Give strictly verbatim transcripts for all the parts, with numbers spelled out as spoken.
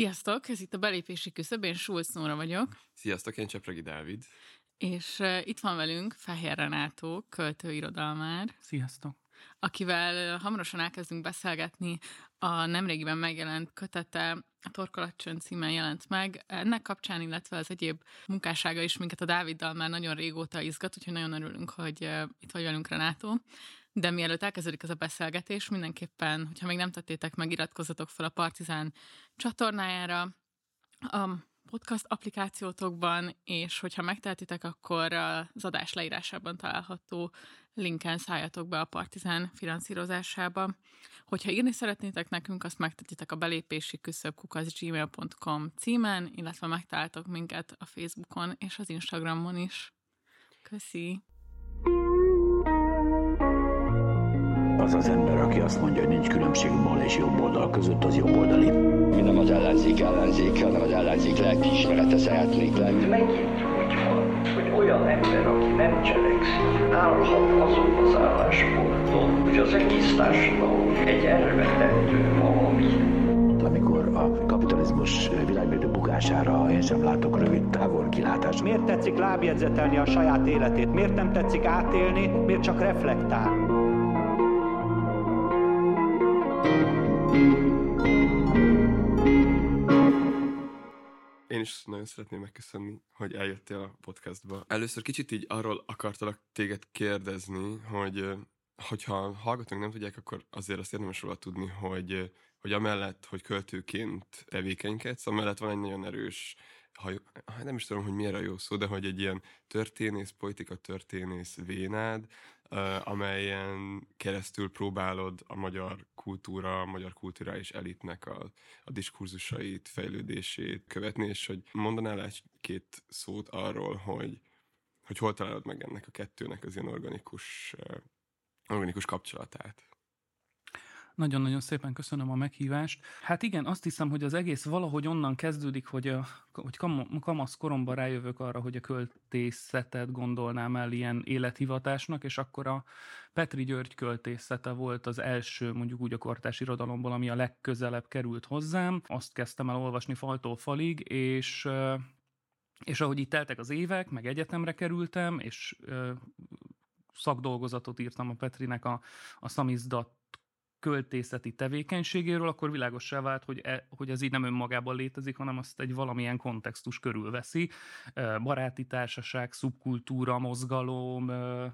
Sziasztok! Ez itt a Belépési Küszöb, én Schulz Nóra vagyok. Sziasztok, én Csepregi Dávid. És uh, itt van velünk Fehér Renátó, költőirodalmár. Sziasztok! Akivel hamarosan elkezdünk beszélgetni. A nemrégiben megjelent kötete, a Torkolatcsönd címen jelent meg. Ennek kapcsán, illetve az egyéb munkássága is minket a Dáviddal már nagyon régóta izgat, úgyhogy nagyon örülünk, hogy uh, itt vagy velünk, Renátó. De mielőtt elkezdődik ez a beszélgetés, mindenképpen, hogyha még nem tettétek meg, iratkozzatok fel a Partizán csatornájára a podcast applikációtokban, és hogyha megtehetitek, akkor az adás leírásában található linken szálljatok be a Partizán finanszírozásába. Hogyha írni szeretnétek nekünk, azt megtetitek a belépési küszöb kukac gmail pont com címen, illetve megtaláltok minket a Facebookon és az Instagramon is. Köszi! Az az ember, aki azt mondja, hogy nincs különbség bal és jobb oldal között, az jobb oldali. Mi nem az ellenzék ellenzéke, hanem az ellenzék lelkiismerete szeretnék lenni. Megint úgy van, hogy olyan ember, aki nem cselekszik, állhat azon az állásponton, hogy az egész társadalom egy elvetendő valami. Amikor a kapitalizmus világmérdő bukására én sem látok rövid távol kilátást. Miért tetszik lábjegyzetelni a saját életét? Miért nem tetszik átélni? Miért csak reflektál? Én is nagyon szeretném megköszönni, hogy eljöttél a podcastba. Először kicsit így arról akartalak téged kérdezni, hogy hogyha hallgatók nem tudják, akkor azért azt érdemes róla tudni, hogy, hogy amellett, hogy költőként tevékenykedsz, amellett van egy nagyon erős, ha, nem is tudom, hogy miért a jó szó, de hogy egy ilyen történész, politika történész vénád, amelyen keresztül próbálod a magyar kultúra, a magyar kulturális elitnek a, a diskurzusait, fejlődését követni, és hogy mondanál egy-két szót arról, hogy, hogy hol találod meg ennek a kettőnek az ilyen organikus, organikus kapcsolatát. Nagyon-nagyon szépen köszönöm a meghívást. Hát igen, azt hiszem, hogy az egész valahogy onnan kezdődik, hogy, a, hogy kam- kamasz koromban rájövök arra, hogy a költészetet gondolnám el ilyen élethivatásnak, és akkor a Petri György költészete volt az első, mondjuk úgy a kortárs irodalomból, ami a legközelebb került hozzám. Azt kezdtem el olvasni faltól falig, és... és ahogy itt teltek az évek, meg egyetemre kerültem, és szakdolgozatot írtam a Petrinek a, a szamizdat költészeti tevékenységéről, akkor világossá vált, hogy, e, hogy ez így nem önmagában létezik, hanem azt egy valamilyen kontextus körülveszi. Baráti társaság, szubkultúra, mozgalom,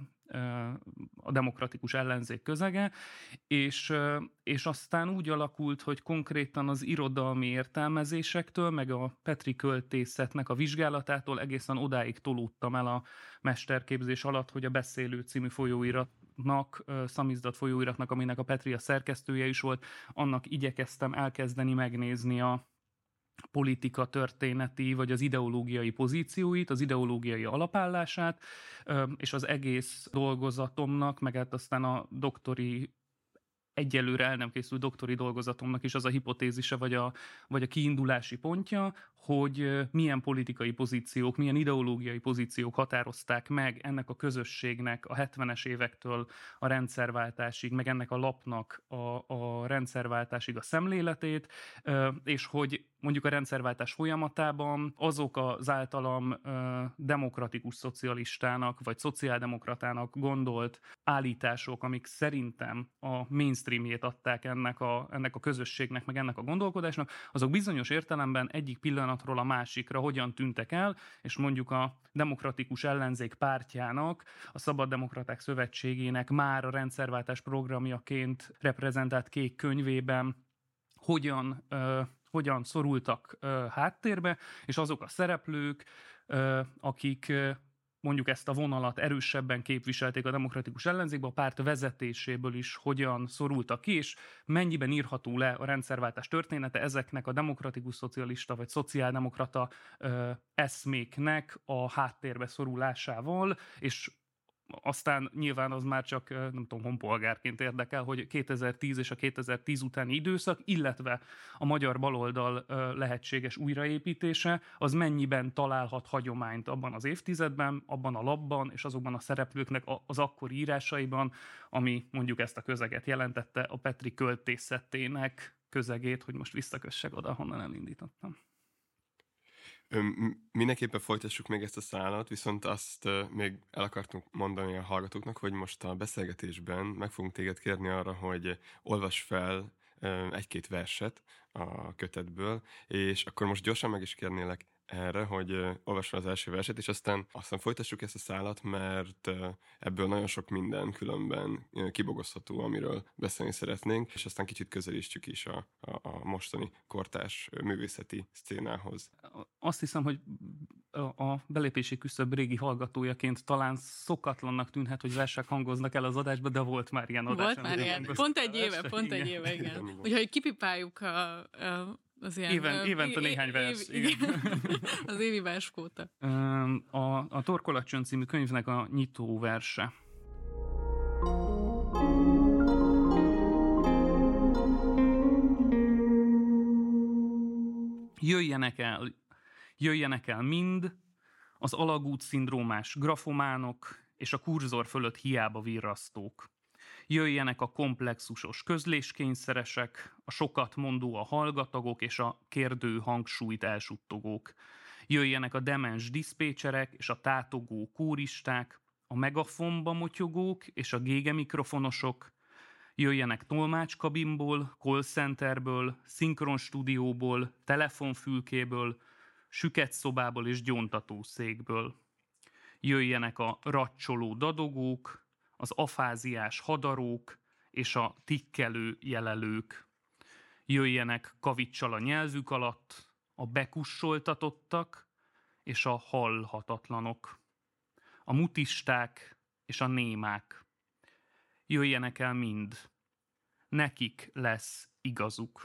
a demokratikus ellenzék közege, és, és aztán úgy alakult, hogy konkrétan az irodalmi értelmezésektől, meg a Petri költészetnek a vizsgálatától egészen odáig tolódtam el a mesterképzés alatt, hogy a Beszélő című folyóiratnak, szamizdat folyóiratnak, aminek a Petri a szerkesztője is volt, annak igyekeztem elkezdeni megnézni a politika történeti, vagy az ideológiai pozícióit, az ideológiai alapállását, és az egész dolgozatomnak, meg hát aztán a doktori, egyelőre el nem készült doktori dolgozatomnak is az a hipotézise, vagy a, vagy a kiindulási pontja, hogy milyen politikai pozíciók, milyen ideológiai pozíciók határozták meg ennek a közösségnek a hetvenes évektől a rendszerváltásig, meg ennek a lapnak a, a rendszerváltásig a szemléletét, és hogy mondjuk a rendszerváltás folyamatában azok az általam demokratikus szocialistának, vagy szociáldemokratának gondolt állítások, amik szerintem a mainstreamjét adták ennek a, ennek a közösségnek, meg ennek a gondolkodásnak, azok bizonyos értelemben egyik pillanatról a másikra hogyan tűntek el, és mondjuk a demokratikus ellenzék pártjának, a Szabaddemokraták Szövetségének már a rendszerváltás programjaként reprezentált kék könyvében hogyan, uh, hogyan szorultak uh, háttérbe, és azok a szereplők, uh, akik uh, mondjuk ezt a vonalat erősebben képviselték a demokratikus ellenzékbe, a párt vezetéséből is hogyan szorultak ki, és mennyiben írható le a rendszerváltás története ezeknek a demokratikus szocialista vagy szociáldemokrata ö, eszméknek a háttérbe szorulásával, és aztán nyilván az már csak, nem tudom, honpolgárként érdekel, hogy kétezer-tíz és a kétezer-tíz utáni időszak, illetve a magyar baloldal lehetséges újraépítése, az mennyiben találhat hagyományt abban az évtizedben, abban a labban, és azokban a szereplőknek az akkori írásaiban, ami mondjuk ezt a közeget jelentette a Petri költészetének közegét, hogy most visszakössek oda, honnan elindítottam. Mindenképpen folytassuk még ezt a szálat, viszont azt még el akartunk mondani a hallgatóknak, hogy most a beszélgetésben meg fogunk téged kérni arra, hogy olvass fel egy-két verset a kötetből, és akkor most gyorsan meg is kérnélek erre, hogy uh, olvass fel az első verset, és aztán, aztán folytassuk ezt a szálat, mert uh, ebből nagyon sok minden különben uh, kibogozható, amiről beszélni szeretnénk, és aztán kicsit közelítsük is a, a, a mostani kortárs uh, művészeti szcénához. Azt hiszem, hogy a, a belépési küszöb régi hallgatójaként talán szokatlannak tűnhet, hogy versek hangoznak el az adásba, de volt már ilyen adás. Volt már ilyen. Pont egy éve, pont igen. egy éve, igen. igen. Úgyhogy kipipáljuk a, a az ilyen, Éven, évente néhány vers. Év, igen. Az évi verskóta. A, a Torkolatcsönd című könyvnek a nyitó verse. Jöjjenek el, jöjjenek el mind az alagút-szindrómás grafománok és a kurzor fölött hiába virrasztók. Jöjjenek a komplexusos közléskényszeresek, a sokat mondó a hallgatagok és a kérdő hangsúlyt elsuttogók. Jöjjenek a demens diszpécserek és a tátogó kóristák, a megafonba motyogók és a gége mikrofonosok. Jöjjenek tolmácskabinból, call centerből, szinkronstúdióból, telefonfülkéből, süketszobából és gyóntatószékből. Jöjjenek a racsoló dadogók, az afáziás hadarók és a tikkelő jelelők. Jöjjenek kavicsal a nyelvük alatt a bekussoltatottak és a hallhatatlanok, a mutisták és a némák. Jöjjenek el mind, nekik lesz igazuk.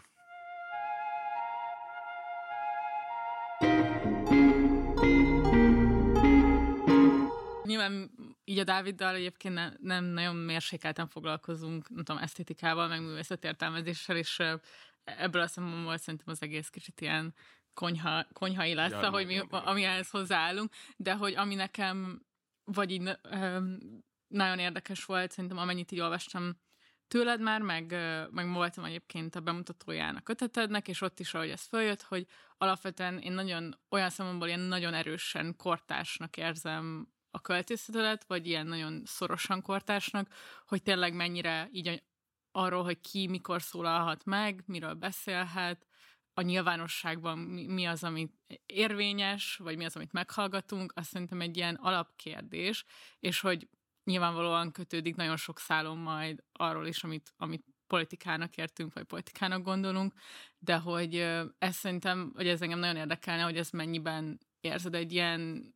Nyilván így a Dáviddal egyébként ne, nem nagyon mérsékelten foglalkozunk, nem tudom, esztétikával, meg művészetértelmezéssel, és ebből a szempontból szerintem az egész kicsit ilyen konyha, konyhai lesz, ja, ahogy mi, amihez hozzáállunk, de hogy ami nekem vagy így nagyon érdekes volt, szerintem amennyit így olvastam tőled már, meg, meg voltam egyébként a bemutatóján a kötetednek, és ott is, ahogy ez följött, hogy alapvetően én nagyon, olyan szempontból ilyen nagyon erősen kortársnak érzem a költészetedet, vagy ilyen nagyon szorosan kortársnak, hogy tényleg mennyire így arról, hogy ki mikor szólalhat meg, miről beszélhet, a nyilvánosságban mi, mi az, amit érvényes, vagy mi az, amit meghallgatunk, azt szerintem egy ilyen alapkérdés, és hogy nyilvánvalóan kötődik nagyon sok szálon majd arról is, amit, amit politikának értünk, vagy politikának gondolunk, de hogy ez szerintem, hogy ez engem nagyon érdekelne, hogy ez mennyiben érzed egy ilyen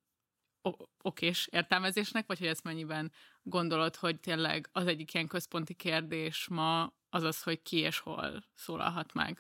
okés értelmezésnek, vagy hogy ezt mennyiben gondolod, hogy tényleg az egyik ilyen központi kérdés ma az az, hogy ki és hol szólalhat meg?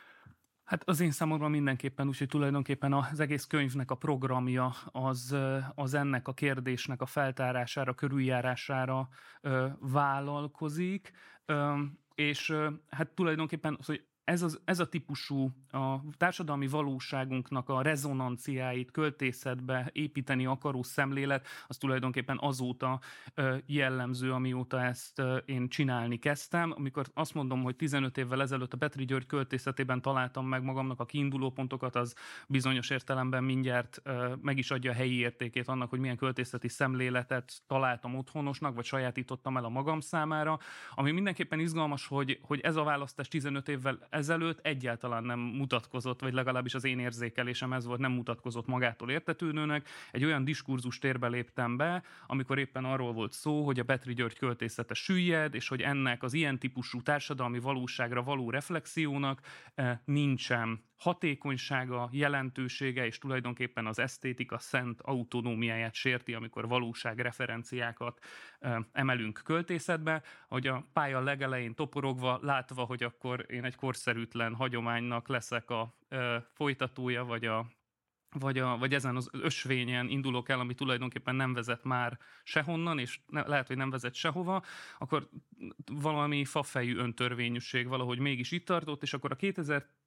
Hát az én számomra mindenképpen, úgyhogy tulajdonképpen az egész könyvnek a programja az, az ennek a kérdésnek a feltárására, körüljárására ö, vállalkozik, ö, és ö, hát tulajdonképpen az, hogy Ez, az, ez a típusú a társadalmi valóságunknak a rezonanciáit költészetbe építeni akaró szemlélet, az tulajdonképpen azóta ö, jellemző, amióta ezt ö, én csinálni kezdtem. Amikor azt mondom, hogy tizenöt évvel ezelőtt a Petry György költészetében találtam meg magamnak a kiinduló pontokat, az bizonyos értelemben mindjárt ö, meg is adja a helyi értékét annak, hogy milyen költészeti szemléletet találtam otthonosnak, vagy sajátítottam el a magam számára. Ami mindenképpen izgalmas, hogy, hogy ez a választás tizenöt évvel ezelőtt egyáltalán nem mutatkozott, vagy legalábbis az én érzékelésem ez volt, nem mutatkozott magától értetődőnek. Egy olyan diskurzus térbe léptem be, amikor éppen arról volt szó, hogy a Petry György költészete süllyed, és hogy ennek az ilyen típusú társadalmi valóságra való reflexiónak eh, nincsen hatékonysága, jelentősége, és tulajdonképpen az esztétika szent autonómiáját sérti, amikor valóságreferenciákat ö, emelünk költészetbe, hogy a pálya legelején toporogva, látva, hogy akkor én egy korszerűtlen hagyománynak leszek a ö, folytatója, vagy a Vagy, a, vagy ezen az ösvényen indulok el, ami tulajdonképpen nem vezet már sehonnan, és ne, lehet, hogy nem vezet sehova, akkor valami fafejű öntörvényűség valahogy mégis itt tartott, és akkor a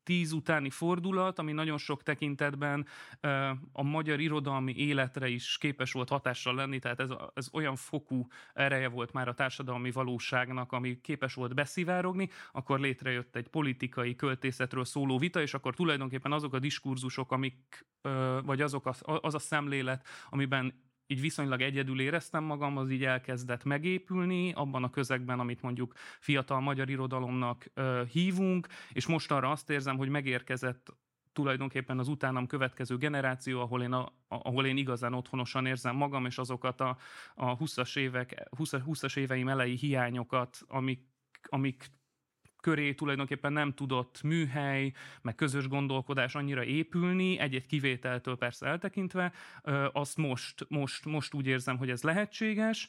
tíz utáni fordulat, ami nagyon sok tekintetben a magyar irodalmi életre is képes volt hatással lenni, tehát ez, ez olyan fokú ereje volt már a társadalmi valóságnak, ami képes volt beszivárogni, akkor létrejött egy politikai költészetről szóló vita, és akkor tulajdonképpen azok a diskurzusok, amik, vagy azok a, az a szemlélet, amiben így viszonylag egyedül éreztem magam, az így elkezdett megépülni abban a közegben, amit mondjuk fiatal magyar irodalomnak ö, hívunk, és mostanra azt érzem, hogy megérkezett tulajdonképpen az utánam következő generáció, ahol én, a, ahol én igazán otthonosan érzem magam, és azokat a, a huszas évek, huszas éveim elejé hiányokat, amik, amik köré tulajdonképpen nem tudott műhely, meg közös gondolkodás annyira épülni, egy-egy kivételtől persze eltekintve, azt most, most, most úgy érzem, hogy ez lehetséges,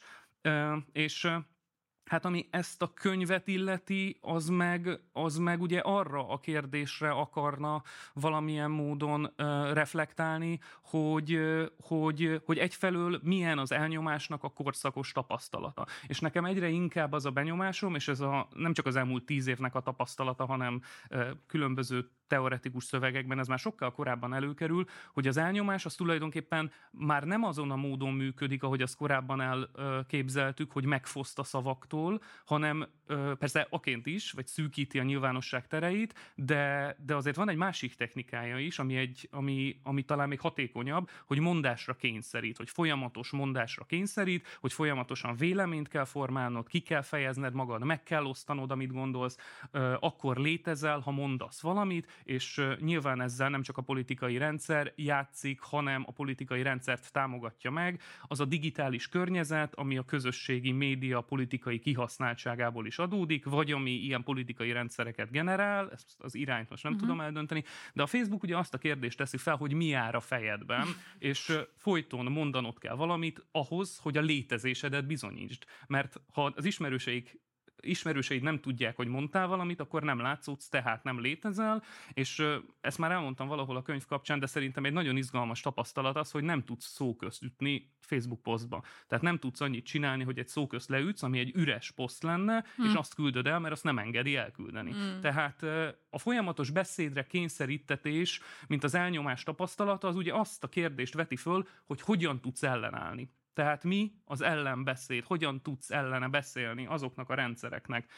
és hát ami ezt a könyvet illeti, az meg, az meg ugye arra a kérdésre akarna valamilyen módon uh, reflektálni, hogy, uh, hogy, hogy egyfelől milyen az elnyomásnak a korszakos tapasztalata. És nekem egyre inkább az a benyomásom, és ez a, nem csak az elmúlt tíz évnek a tapasztalata, hanem uh, különböző teoretikus szövegekben ez már sokkal korábban előkerül, hogy az elnyomás az tulajdonképpen már nem azon a módon működik, ahogy azt korábban elképzeltük, hogy megfoszt a szavaktól, hanem persze aként is, vagy szűkíti a nyilvánosság tereit, de, de azért van egy másik technikája is, ami, egy, ami, ami talán még hatékonyabb, hogy mondásra kényszerít, hogy folyamatos mondásra kényszerít, hogy folyamatosan véleményt kell formálnod, ki kell fejezned magad, meg kell osztanod, amit gondolsz, akkor létezel, ha mondasz valamit, és nyilván ezzel nem csak a politikai rendszer játszik, hanem a politikai rendszert támogatja meg. Az a digitális környezet, ami a közösségi média politikai kihasználtságából is adódik, vagy ami ilyen politikai rendszereket generál, ezt az irányt most nem uh-huh. tudom eldönteni, de a Facebook ugye azt a kérdést teszi fel, hogy mi jár a fejedben, és folyton mondanod kell valamit ahhoz, hogy a létezésedet bizonyítsd. Mert ha az ismerőseik ismerőseid nem tudják, hogy mondtál valamit, akkor nem látszódsz, tehát nem létezel, és ezt már elmondtam valahol a könyv kapcsán, de szerintem egy nagyon izgalmas tapasztalat az, hogy nem tudsz szóközt ütni Facebook posztba. Tehát nem tudsz annyit csinálni, hogy egy szóközt leütsz, ami egy üres poszt lenne, hmm. és azt küldöd el, mert azt nem engedi elküldeni. Hmm. Tehát a folyamatos beszédre kényszerítetés, mint az elnyomás tapasztalata, az ugye azt a kérdést veti föl, hogy hogyan tudsz ellenállni. Tehát mi az ellenbeszéd? Hogyan tudsz ellene beszélni azoknak a rendszereknek,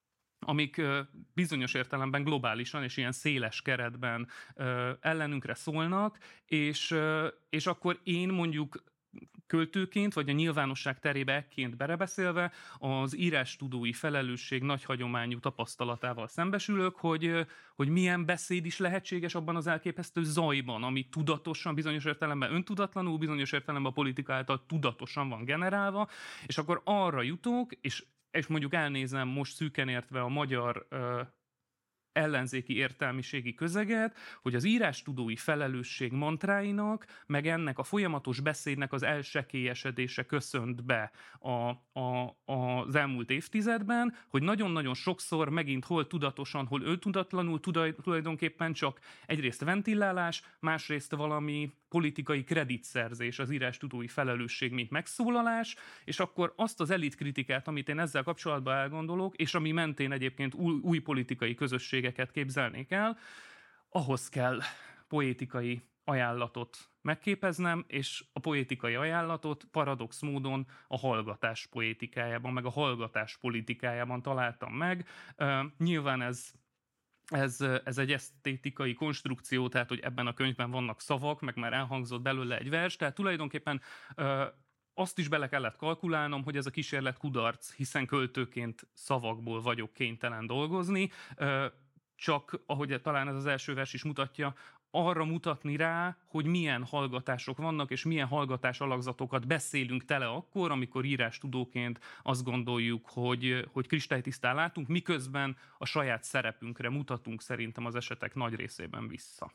amik bizonyos értelemben globálisan és ilyen széles keretben ellenünkre szólnak, és, és akkor én mondjuk költőként, vagy a nyilvánosság terébe ekként berebeszélve az írástudói felelősség nagy hagyományú tapasztalatával szembesülök, hogy, hogy milyen beszéd is lehetséges abban az elképesztő zajban, ami tudatosan, bizonyos értelemben öntudatlanul, bizonyos értelemben a politika által tudatosan van generálva, és akkor arra jutok, és, és mondjuk elnézem most szűken értve a magyar uh, ellenzéki értelmiségi közeget, hogy az írástudói felelősség mantráinak, meg ennek a folyamatos beszédnek az elsekélyesedése köszönt be a, a, az elmúlt évtizedben, hogy nagyon-nagyon sokszor megint hol tudatosan, hol öntudatlanul tulajdonképpen csak egyrészt ventilálás, másrészt valami politikai kreditszerzés, az írástudói felelősség, mint megszólalás, és akkor azt az elitkritikát, amit én ezzel kapcsolatban elgondolok, és ami mentén egyébként új, új politikai közösségeket képzelnék el, ahhoz kell poétikai ajánlatot megképeznem, és a poétikai ajánlatot paradox módon a hallgatás poétikájában, meg a hallgatás politikájában találtam meg. Uh, nyilván ez Ez, ez egy esztétikai konstrukció, tehát hogy ebben a könyvben vannak szavak, meg már elhangzott belőle egy vers, tehát tulajdonképpen ö, azt is bele kellett kalkulálnom, hogy ez a kísérlet kudarc, hiszen költőként szavakból vagyok kénytelen dolgozni, ö, csak ahogy talán ez az első vers is mutatja, arra mutatni rá, hogy milyen hallgatások vannak, és milyen hallgatás alakzatokat beszélünk tele akkor, amikor írástudóként azt gondoljuk, hogy, hogy kristálytisztán látunk, miközben a saját szerepünkre mutatunk szerintem az esetek nagy részében vissza.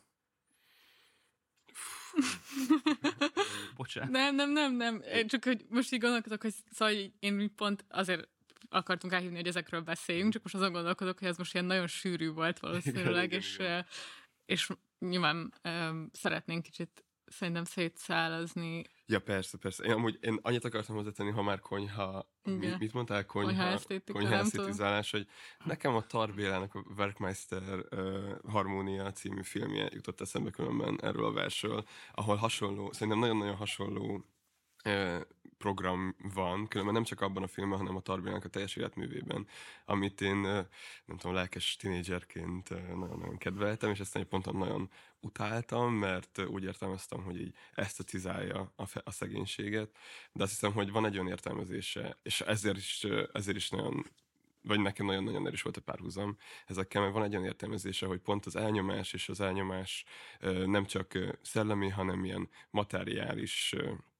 Bocsánat. Nem, nem, nem, nem. Csak hogy most így gondolkodok, hogy szóval én pont azért akartunk elhívni, hogy ezekről beszéljünk, csak most azon gondolkodok, hogy ez most ilyen nagyon sűrű volt valószínűleg, és, és nyilván um, szeretnénk kicsit szerintem szétszálazni. Ja, persze, persze. Én amúgy én annyit akartam hozzátenni, ha már konyha, mi, mit mondtál? Konyha, Konyha esztétika, konyha nem esztétizálás, hogy nekem a Tar Bélának a Werkmeister uh, Harmónia című filmje jutott eszembe különben erről a versről, ahol hasonló, szerintem nagyon-nagyon hasonló uh, program van, különben nem csak abban a filmben, hanem a Tar Bélának a teljes életművében, amit én, uh, nem tudom, lelkes tínédzserként uh, nagyon-nagyon kedveltem, és ezt egy ponton nagyon utáltam, mert úgy értelmeztem, hogy így esztetizálja a, fe- a szegénységet, de azt hiszem, hogy van egy olyan értelmezése, és ezért is, ezért is nagyon, vagy nekem nagyon-nagyon erős volt a párhuzam ezekkel, mert van egy olyan értelmezése, hogy pont az elnyomás és az elnyomás nem csak szellemi, hanem ilyen materiális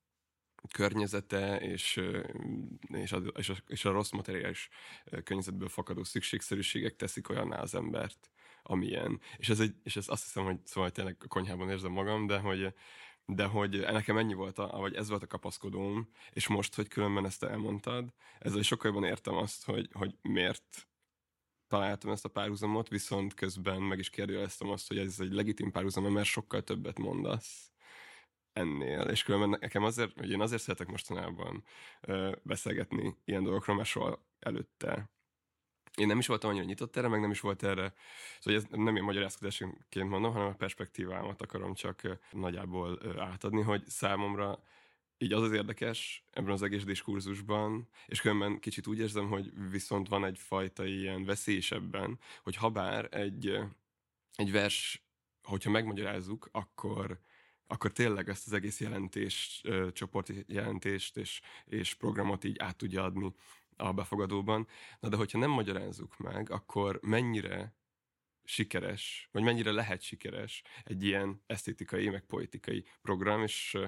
környezete és, és, a, és, a, és a rossz materiális környezetből fakadó szükségszerűségek teszik olyanná az embert, amilyen. És ez, egy, és ez azt hiszem, hogy szóval tényleg a konyhában érzem magam, de hogy, de hogy nekem ennyi volt, a, vagy ez volt a kapaszkodóm, és most, hogy különben ezt elmondtad, ezzel sokkal jobban értem azt, hogy, hogy miért találtam ezt a párhuzamot, viszont közben meg is kérdőjeleztem azt, hogy ez egy legitim párhuzam, mert sokkal többet mondasz ennél, és különben nekem azért, hogy én azért szeretek mostanában ö, beszélgetni ilyen dolgokról, mert soha előtte én nem is voltam annyira nyitott erre, meg nem is volt erre, szóval ez nem én magyarázkodásként mondom, hanem a perspektívámat akarom csak ö, nagyjából ö, átadni, hogy számomra így az az érdekes ebben az egész diskurzusban, és különben kicsit úgy érzem, hogy viszont van egyfajta ilyen veszély is ebben, hogy habár egy, egy vers, hogyha megmagyarázzuk, akkor akkor tényleg ezt az egész jelentés, csoporti jelentést és, és programot így át tudja adni a befogadóban. Na de hogyha nem magyarázzuk meg, akkor mennyire sikeres, vagy mennyire lehet sikeres egy ilyen esztétikai, meg poetikai program, és,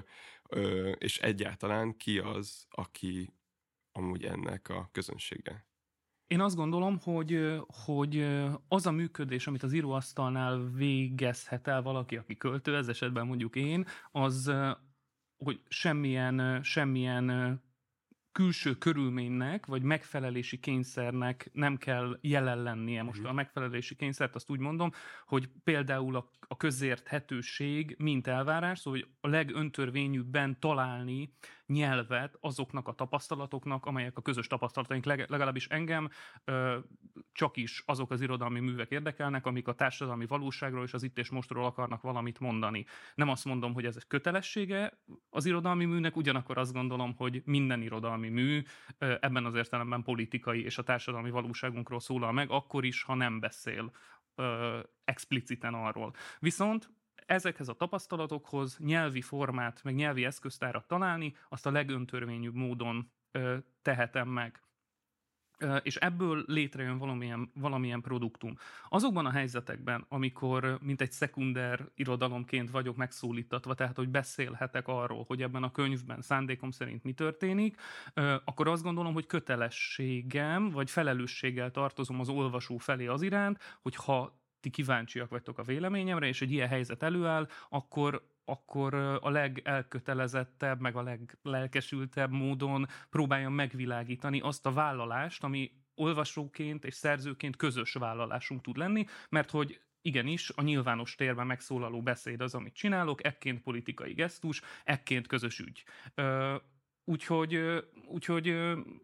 és egyáltalán ki az, aki amúgy ennek a közönsége. Én azt gondolom, hogy, hogy az a működés, amit az íróasztalnál végezhet el valaki, aki költő, ez esetben mondjuk én, az, hogy semmilyen, semmilyen külső körülménynek, vagy megfelelési kényszernek nem kell jelen lennie. Most a megfelelési kényszert azt úgy mondom, hogy például a, a közérthetőség mint elvárás, szóval hogy a legöntörvényűbben találni nyelvet azoknak a tapasztalatoknak, amelyek a közös tapasztalataink, legalábbis engem ö, csak is azok az irodalmi művek érdekelnek, amik a társadalmi valóságról és az itt és mostról akarnak valamit mondani. Nem azt mondom, hogy ez egy kötelessége az irodalmi műnek, ugyanakkor azt gondolom, hogy minden irodalmi mű ö, ebben az értelemben politikai és a társadalmi valóságunkról szólal meg, akkor is, ha nem beszél ö, expliciten arról. Viszont ezekhez a tapasztalatokhoz nyelvi formát, meg nyelvi eszköztárat találni, azt a legöntörvényűbb módon ö, tehetem meg. Ö, és ebből létrejön valamilyen, valamilyen produktum. Azokban a helyzetekben, amikor mint egy szekunder irodalomként vagyok megszólítatva, tehát hogy beszélhetek arról, hogy ebben a könyvben szándékom szerint mi történik, ö, akkor azt gondolom, hogy kötelességem, vagy felelősséggel tartozom az olvasó felé az iránt, hogy ha ti kíváncsiak vagytok a véleményemre, és egy ilyen helyzet előáll, akkor, akkor a legelkötelezettebb, meg a leglelkesültebb módon próbáljam megvilágítani azt a vállalást, ami olvasóként és szerzőként közös vállalásunk tud lenni, mert hogy igenis, a nyilvános térben megszólaló beszéd az, amit csinálok, ekként politikai gesztus, ekként közös ügy. Ö, Úgyhogy, úgyhogy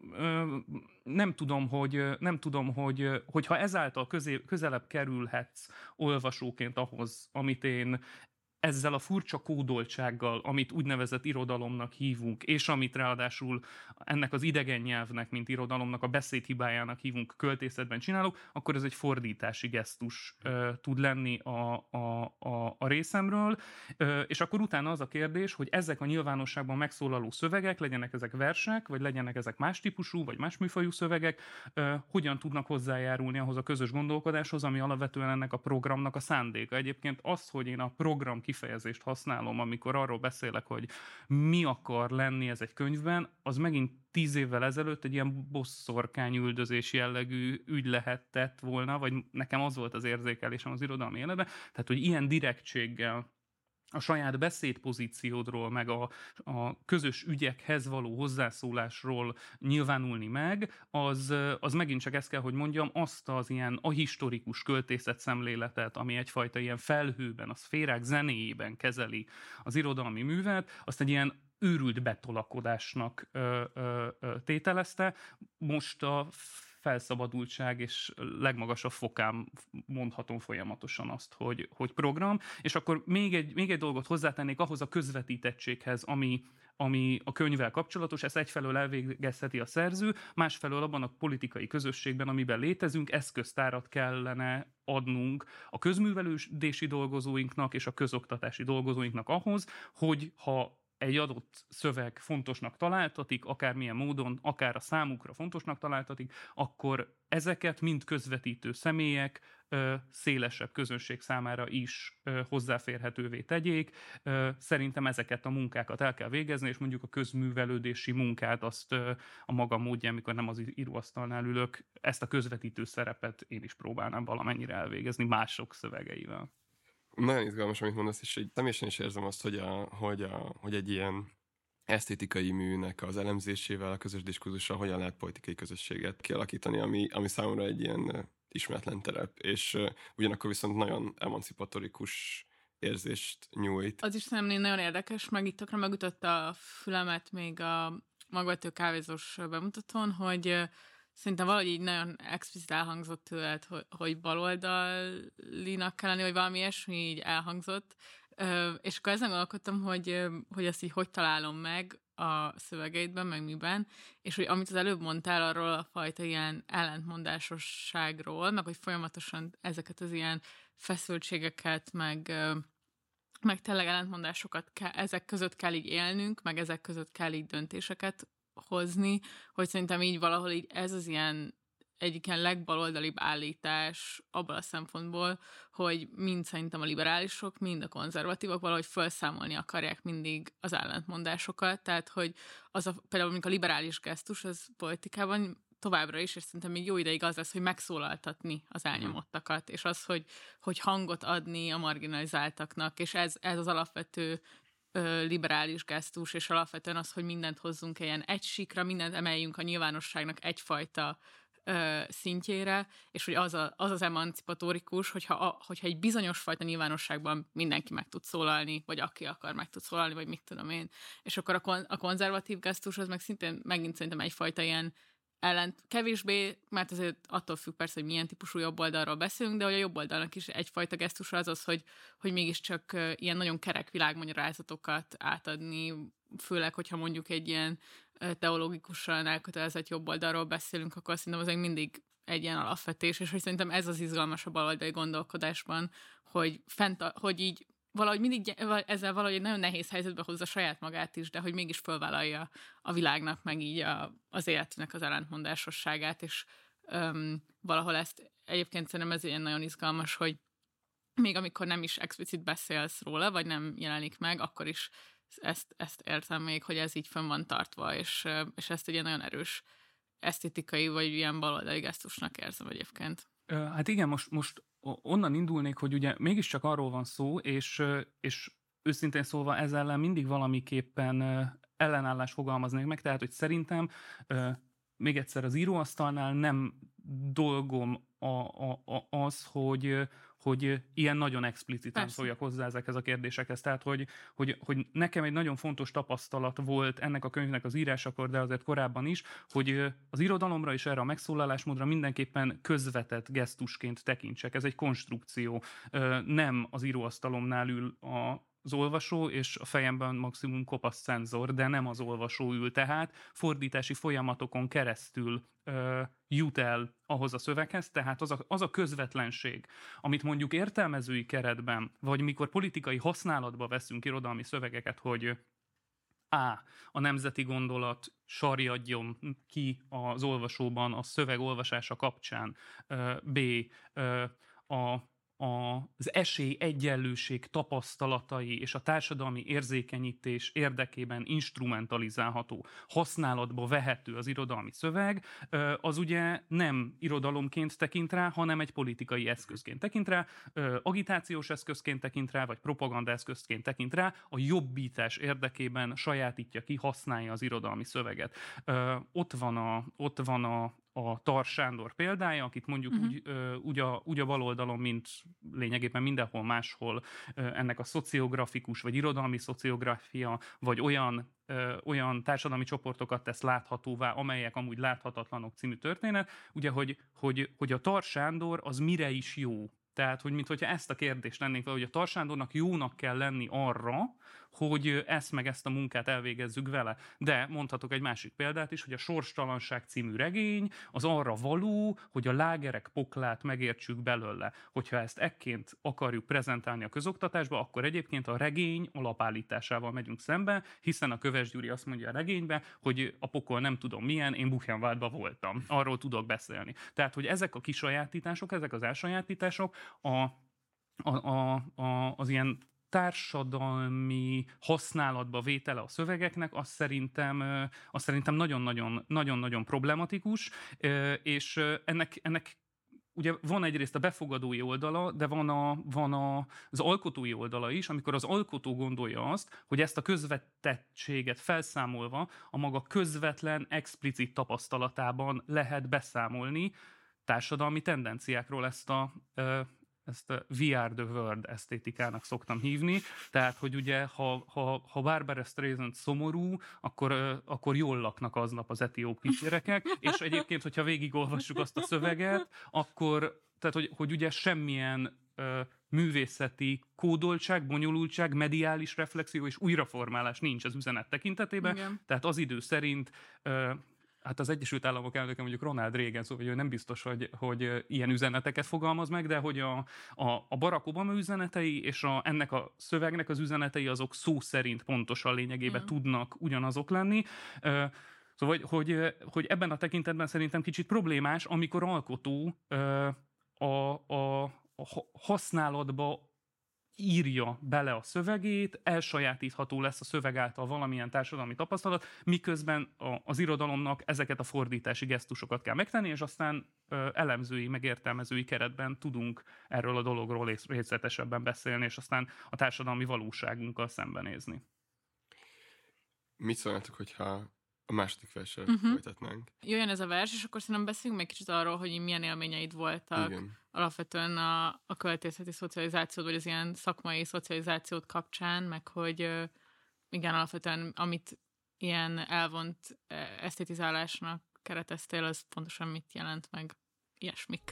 nem tudom, hogy, nem tudom, hogy hogyha ezáltal közé, közelebb kerülhetsz olvasóként ahhoz, amit én ezzel a furcsa kódoltsággal, amit úgynevezett irodalomnak hívunk, és amit ráadásul ennek az idegen nyelvnek, mint irodalomnak a beszédhibájának hívunk, költészetben csinálok, akkor ez egy fordítási gesztus uh, tud lenni a, a, a, a részemről. Uh, és akkor utána az a kérdés, hogy ezek a nyilvánosságban megszólaló szövegek, legyenek ezek versek, vagy legyenek ezek más típusú, vagy más műfajú szövegek, uh, hogyan tudnak hozzájárulni ahhoz a közös gondolkodáshoz, ami alapvetően ennek a programnak a szándéka. Egyébként az, hogy én a program kifejezést használom, amikor arról beszélek, hogy mi akar lenni ez egy könyvben, az megint tíz évvel ezelőtt egy ilyen bosszorkányüldözés jellegű ügy lehetett volna, vagy nekem az volt az érzékelésem az irodalmi életben, tehát hogy ilyen direktséggel a saját beszédpozíciódról, meg a, a közös ügyekhez való hozzászólásról nyilvánulni meg, az, az megint csak ezt kell, hogy mondjam, azt az ilyen ahistorikus költészet szemléletet, ami egyfajta ilyen felhőben, a szférák zenéjében kezeli az irodalmi művet, azt egy ilyen őrült betolakodásnak ö, ö, ö, tételezte. Most a felszabadultság és legmagasabb fokán mondhatom folyamatosan azt, hogy, hogy program. És akkor még egy, még egy dolgot hozzátennék ahhoz a közvetítettséghez, ami, ami a könyvvel kapcsolatos, ezt egyfelől elvégezheti a szerző, másfelől abban a politikai közösségben, amiben létezünk, eszköztárat kellene adnunk a közművelődési dolgozóinknak és a közoktatási dolgozóinknak ahhoz, hogy ha egy adott szöveg fontosnak találtatik, akármilyen módon, akár a számukra fontosnak találtatik, akkor ezeket mind közvetítő személyek ö, szélesebb közönség számára is ö, hozzáférhetővé tegyék. Ö, szerintem ezeket a munkákat el kell végezni, és mondjuk a közművelődési munkát azt ö, a maga módján, amikor nem az íróasztalnál ülök, ezt a közvetítő szerepet én is próbálnám valamennyire elvégezni mások szövegeivel. Nagyon izgalmas, amit mondasz, és így személyesen is érzem azt, hogy, a, hogy, a, hogy egy ilyen esztétikai műnek az elemzésével, a közös diskurzussal hogyan lehet politikai közösséget kialakítani, ami, ami számomra egy ilyen ismeretlen terep, és uh, ugyanakkor viszont nagyon emancipatorikus érzést nyújt. Az is szerintem nagyon érdekes, meg itt tökre megütötte a fülemet még a magvető kávézós bemutatón, hogy szerintem valahogy így nagyon explicit elhangzott tőled, hogy, hogy baloldalinak kell lenni, vagy valami ilyesmi így elhangzott. És akkor ezen gondolkodtam, hogy, hogy ezt így hogy találom meg a szövegeidben, meg miben, és hogy amit az előbb mondtál arról a fajta ilyen ellentmondásosságról, meg hogy folyamatosan ezeket az ilyen feszültségeket, meg, meg tényleg ellentmondásokat kell, ezek között kell így élnünk, meg ezek között kell így döntéseket hozni, hogy szerintem így valahol így ez az ilyen egyik ilyen legbaloldalibb állítás abban a szempontból, hogy mind szerintem a liberálisok, mind a konzervatívok valahogy felszámolni akarják mindig az ellentmondásokat, tehát hogy az a, például mondjuk a liberális gesztus az politikában továbbra is, és szerintem még jó ideig az lesz, hogy megszólaltatni az elnyomottakat, és az, hogy, hogy hangot adni a marginalizáltaknak, és ez, ez az alapvető liberális gesztus, és alapvetően az, hogy mindent hozzunk ilyen egy síkra, mindent emeljünk a nyilvánosságnak egyfajta ö, szintjére, és hogy az, a, az az emancipatórikus, hogyha, a, hogyha egy bizonyos fajta nyilvánosságban mindenki meg tud szólalni, vagy aki akar meg tud szólalni, vagy mit tudom én. És akkor a, kon, a konzervatív gesztus az meg szintén megint szerintem egyfajta ilyen ellent kevésbé, mert azért attól függ persze, hogy milyen típusú jobboldalról beszélünk, de hogy a jobboldalnak is egyfajta gesztus az az, hogy, hogy mégiscsak ilyen nagyon kerek világmagyarázatokat átadni, főleg, hogyha mondjuk egy ilyen teológikusan elkötelezett jobboldalról beszélünk, akkor szerintem az mindig egy ilyen alapvetés, és hogy szerintem ez az izgalmas a baloldali gondolkodásban, hogy, fent, hogy így valahogy mindig ezzel valahogy nagyon nehéz helyzetbe hozza saját magát is, de hogy mégis fölvállalja a világnak, meg így a, az életnek az ellentmondásosságát, és öm, valahol ezt egyébként szerintem ez ilyen nagyon izgalmas, hogy még amikor nem is explicit beszélsz róla, vagy nem jelenik meg, akkor is ezt, ezt értem még, hogy ez így fönn van tartva, és, és ezt egy ilyen nagyon erős esztétikai, vagy ilyen baloldali gesztusnak érzem egyébként. Hát igen, most, most onnan indulnék, hogy ugye mégiscsak arról van szó, és, és őszintén szólva ez ellen mindig valamiképpen ellenállás fogalmaznék meg, tehát hogy szerintem még egyszer az íróasztalnál nem dolgom a, a, a, az, hogy, hogy ilyen nagyon expliciten szóljak hozzá ezekhez a kérdésekhez. Tehát, hogy, hogy, hogy nekem egy nagyon fontos tapasztalat volt ennek a könyvnek az írásakor, de azért korábban is, hogy az irodalomra és erre a megszólalásmódra mindenképpen közvetett gesztusként tekintsek. Ez egy konstrukció. Nem az íróasztalomnál ül a az olvasó, és a fejemben maximum kopasz cenzor, de nem az olvasó ül, tehát fordítási folyamatokon keresztül ö, jut el ahhoz a szöveghez, tehát az a, az a közvetlenség, amit mondjuk értelmezői keretben, vagy mikor politikai használatba veszünk irodalmi szövegeket, hogy A. A nemzeti gondolat sarjadjon ki az olvasóban a szöveg olvasása kapcsán, B. A az esélyegyenlőség tapasztalatai és a társadalmi érzékenyítés érdekében instrumentalizálható, használatba vehető az irodalmi szöveg, az ugye nem irodalomként tekint rá, hanem egy politikai eszközként tekint rá, agitációs eszközként tekint rá, vagy propaganda eszközként tekint rá, a jobbítás érdekében sajátítja ki, használja az irodalmi szöveget. Ott van a, ott van a a Tar Sándor példája, akit mondjuk uh-huh. úgy, úgy, a, úgy a baloldalon, mint lényegében mindenhol máshol ennek a szociografikus, vagy irodalmi szociográfia, vagy olyan, ö, olyan társadalmi csoportokat tesz láthatóvá, amelyek amúgy láthatatlanok című történet, ugye, hogy, hogy, hogy a Tar Sándor az mire is jó. Tehát, hogy mintha ezt a kérdést lennénk fel, hogy a Tar Sándornak jónak kell lenni arra, hogy ezt meg ezt a munkát elvégezzük vele. De mondhatok egy másik példát is, hogy a Sorstalanság című regény az arra való, hogy a lágerek poklát megértsük belőle. Hogyha ezt ekként akarjuk prezentálni a közoktatásba, akkor egyébként a regény alapállításával megyünk szembe, hiszen a Köves Gyuri azt mondja a regénybe, hogy a pokol nem tudom milyen, én Buchenwaldban voltam. Arról tudok beszélni. Tehát, hogy ezek a kisajátítások, ezek az elsajátítások a, a, a, a, az ilyen társadalmi használatba vétele a szövegeknek, az szerintem, az szerintem nagyon-nagyon, nagyon-nagyon problematikus, és ennek, ennek ugye van egyrészt a befogadói oldala, de van, a, van a, az alkotói oldala is, amikor az alkotó gondolja azt, hogy ezt a közvetettséget felszámolva a maga közvetlen, explicit tapasztalatában lehet beszámolni társadalmi tendenciákról. Ezt a ezt a We Are the World esztétikának szoktam hívni, tehát, hogy ugye, ha, ha, ha Barbara Streisand szomorú, akkor, akkor jól laknak aznap az etióp kisgyerekek, és egyébként, hogyha végigolvassuk azt a szöveget, akkor, tehát, hogy, hogy ugye semmilyen ö, művészeti kódoltság, bonyolultság, mediális reflexió és újraformálás nincs az üzenet tekintetében, igen. Tehát az idő szerint ö, hát az Egyesült Államok elnöke mondjuk Ronald Reagan, szóval hogy ő nem biztos, hogy, hogy ilyen üzeneteket fogalmaz meg, de hogy a, a, a Barack Obama üzenetei és a, ennek a szövegnek az üzenetei azok szó szerint pontosan lényegében mm. tudnak ugyanazok lenni. Szóval, hogy, hogy, hogy ebben a tekintetben szerintem kicsit problémás, amikor alkotó a, a, a használatba írja bele a szövegét, elsajátítható lesz a szöveg által valamilyen társadalmi tapasztalat, miközben a, az irodalomnak ezeket a fordítási gesztusokat kell megtenni, és aztán ö, elemzői, megértelmezői keretben tudunk erről a dologról részletesebben beszélni, és aztán a társadalmi valóságunkkal szembenézni. Mit szólnátok, hogyha a második verssel uh-huh. folytatnánk? Jöjjön ez a vers, és akkor szerintem beszéljünk még kicsit arról, hogy milyen élményeid voltak. Igen. Alapvetően a, a költészeti szocializációt, vagy az ilyen szakmai szocializációt kapcsán, meg hogy igen, alapvetően amit ilyen elvont esztétizálásnak kereteztél, az pontosan mit jelent meg, ilyesmik.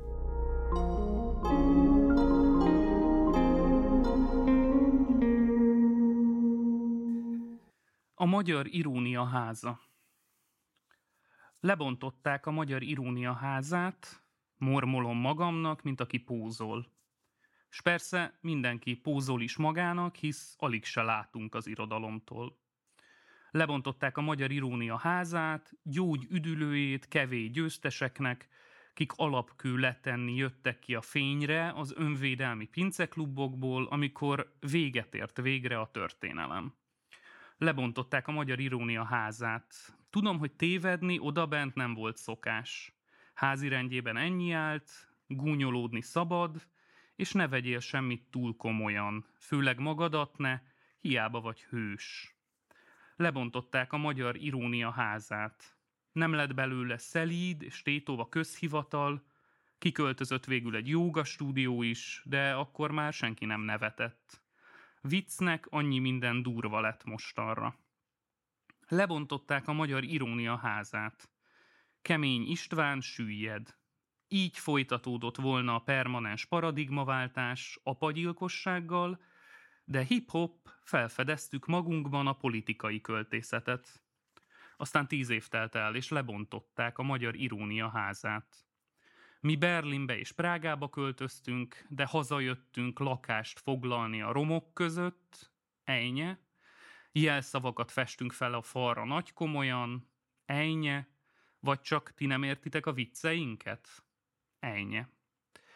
A Magyar Irónia Háza. Lebontották a Magyar Irónia Házát, mormolom magamnak, mint aki pózol. S persze mindenki pózol is magának, hisz alig se látunk az irodalomtól. Lebontották a Magyar Irónia Házát, gyógy üdülőjét kevély győzteseknek, kik alapkő letenni jöttek ki a fényre az önvédelmi pinceklubokból, amikor véget ért végre a történelem. Lebontották a Magyar Irónia Házát. Tudom, hogy tévedni odabent nem volt szokás. Házirendjében ennyi állt, gúnyolódni szabad, és ne vegyél semmit túl komolyan, főleg magadat ne, hiába vagy hős. Lebontották a Magyar Irónia Házát. Nem lett belőle szelíd és tétova közhivatal, kiköltözött végül egy jóga stúdió is, de akkor már senki nem nevetett. Viccnek annyi minden durva lett mostanra. Lebontották a Magyar Irónia Házát. Kemény István süllyed. Így folytatódott volna a permanens paradigmaváltás apagyilkossággal, de hip-hop felfedeztük magunkban a politikai költészetet. Aztán tíz év telt el, és lebontották a Magyar Irónia Házát. Mi Berlinbe és Prágába költöztünk, de hazajöttünk lakást foglalni a romok között, ejnye. Jelszavakat festünk fel a falra nagykomolyan, ejnye. Vagy csak ti nem értitek a vicceinket? Ejnye.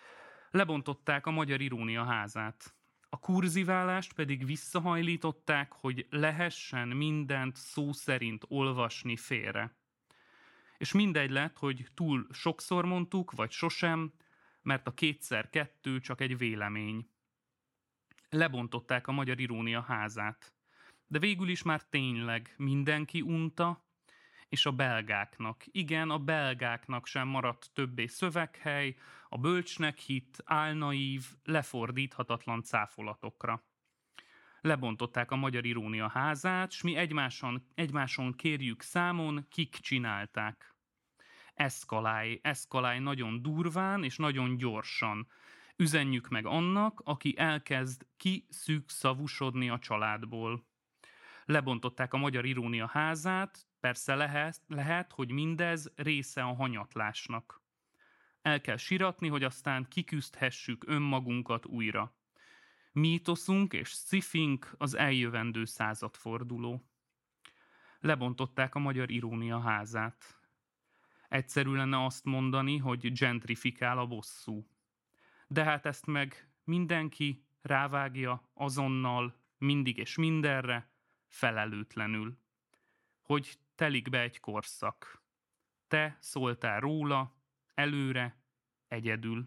Lebontották a Magyar Irónia Házát. A kurziválást pedig visszahajlították, hogy lehessen mindent szó szerint olvasni félre. És mindegy lett, hogy túl sokszor mondtuk, vagy sosem, mert a kétszer kettő csak egy vélemény. Lebontották a Magyar Irónia Házát. De végül is már tényleg mindenki unta, és a belgáknak. Igen, a belgáknak sem maradt többé szöveghely, a bölcsnek hitt, álnaív, lefordíthatatlan cáfolatokra. Lebontották a Magyar Irónia Házát, s mi egymáson, egymáson kérjük számon, kik csinálták. Eszkalálj, eszkalálj nagyon durván és nagyon gyorsan. Üzenjük meg annak, aki elkezd kiszűkszavúsodni a családból. Lebontották a Magyar Irónia Házát, persze lehet, lehet, hogy mindez része a hanyatlásnak. El kell siratni, hogy aztán kiküzdhessük önmagunkat újra. Mítoszunk és szifink az eljövendő századforduló. Lebontották a Magyar Irónia Házát. Egyszerű lenne azt mondani, hogy gentrifikál a bosszú. De hát ezt meg mindenki rávágja azonnal, mindig és mindenre, felelőtlenül. Hogy telik be egy korszak. Te szóltál róla, előre, egyedül.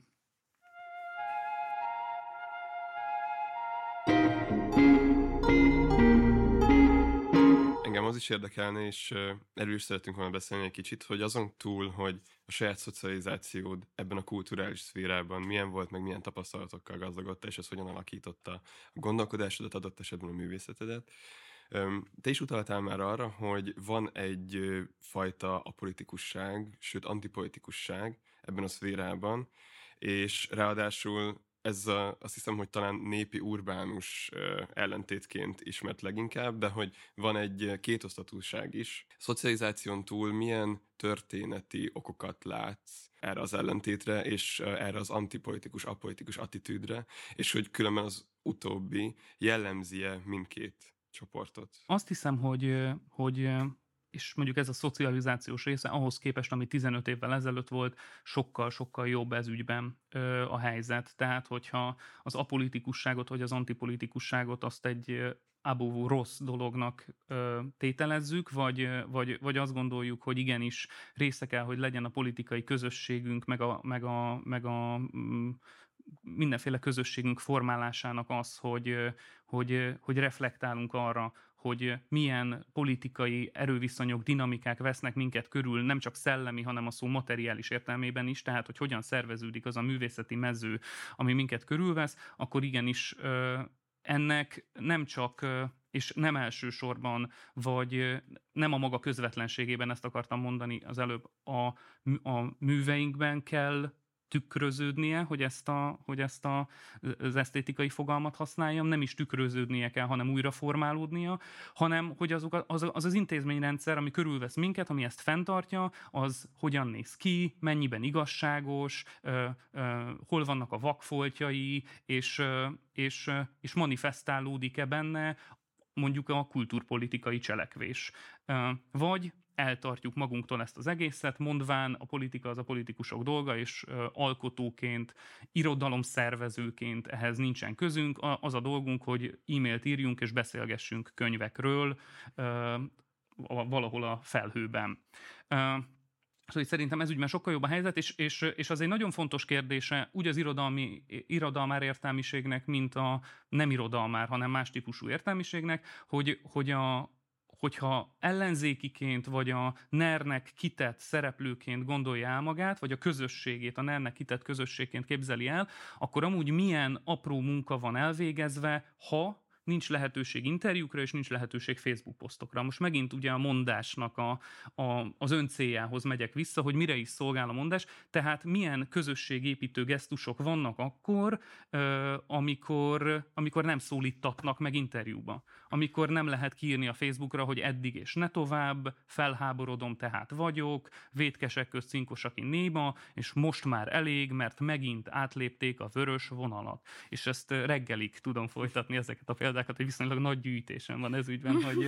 Engem az is érdekelne, és erről is szeretünk volna beszélni egy kicsit, hogy azon túl, hogy a saját szocializációd ebben a kulturális szférában milyen volt, meg milyen tapasztalatokkal gazdagodta, és ez hogyan alakította a gondolkodásodat, adott esetben a művészetedet. Te is utaltál már arra, hogy van egy fajta apolitikusság, sőt antipolitikusság ebben a szférában, és ráadásul ez a, azt hiszem, hogy talán népi urbánus ellentétként ismert leginkább, de hogy van egy kétosztatúság is. Szocializáción túl milyen történeti okokat látsz erre az ellentétre, és erre az antipolitikus, apolitikus attitűdre, és hogy különben az utóbbi jellemzi-e mindkét csoportot? Azt hiszem, hogy, hogy és mondjuk ez a szocializációs része ahhoz képest, ami tizenöt évvel ezelőtt volt, sokkal-sokkal jobb ez ügyben ö, a helyzet. Tehát, hogyha az apolitikusságot vagy az antipolitikusságot azt egy abóvó rossz dolognak ö, tételezzük, vagy, vagy, vagy azt gondoljuk, hogy igenis része kell, hogy legyen a politikai közösségünk, meg a, meg a, meg a mm, mindenféle közösségünk formálásának az, hogy, hogy, hogy reflektálunk arra, hogy milyen politikai erőviszonyok, dinamikák vesznek minket körül, nem csak szellemi, hanem a szó materiális értelmében is, tehát hogy hogyan szerveződik az a művészeti mező, ami minket körülvesz, akkor igenis ennek nem csak, és nem elsősorban, vagy nem a maga közvetlenségében, ezt akartam mondani az előbb, a, a műveinkben kell tükröződnie, hogy ezt, a, hogy ezt a, az esztétikai fogalmat használjam, nem is tükröződnie kell, hanem újra formálódnia, hanem hogy azok, az, az az intézményrendszer, ami körülvesz minket, ami ezt fenntartja, az hogyan néz ki, mennyiben igazságos, ö, ö, hol vannak a vakfoltjai, és, ö, és, ö, és manifestálódik-e benne mondjuk a kultúrpolitikai cselekvés. Ö, vagy eltartjuk magunktól ezt az egészet, mondván a politika az a politikusok dolga, és ö, alkotóként, irodalomszervezőként ehhez nincsen közünk. A, az a dolgunk, hogy e-mailt írjunk és beszélgessünk könyvekről ö, valahol a felhőben. Ö, Szóval szerintem ez ügyben sokkal jobb a helyzet, és, és, és az egy nagyon fontos kérdése úgy az irodalmi, irodalmár értelmiségnek, mint a nem irodalmár, hanem más típusú értelmiségnek, hogy, hogy a hogyha ellenzékiként, vagy a nernek kitett szereplőként gondolja el magát, vagy a közösségét a nernek kitett közösségként képzeli el, akkor amúgy milyen apró munka van elvégezve, ha nincs lehetőség interjúkra, és nincs lehetőség Facebook posztokra. Most megint ugye a mondásnak a, a, az ön céljához megyek vissza, hogy mire is szolgál a mondás, tehát milyen közösségépítő gesztusok vannak akkor, ö, amikor, amikor nem szólítatnak meg interjúba. Amikor nem lehet kiírni a Facebookra, hogy eddig és ne tovább, felháborodom, tehát vagyok, vétkesek közt cinkosak in néma, és most már elég, mert megint átlépték a vörös vonalat. És ezt reggelig tudom folytatni ezeket a példákat, hogy viszonylag nagy gyűjtésem van ez ügyben, hogy,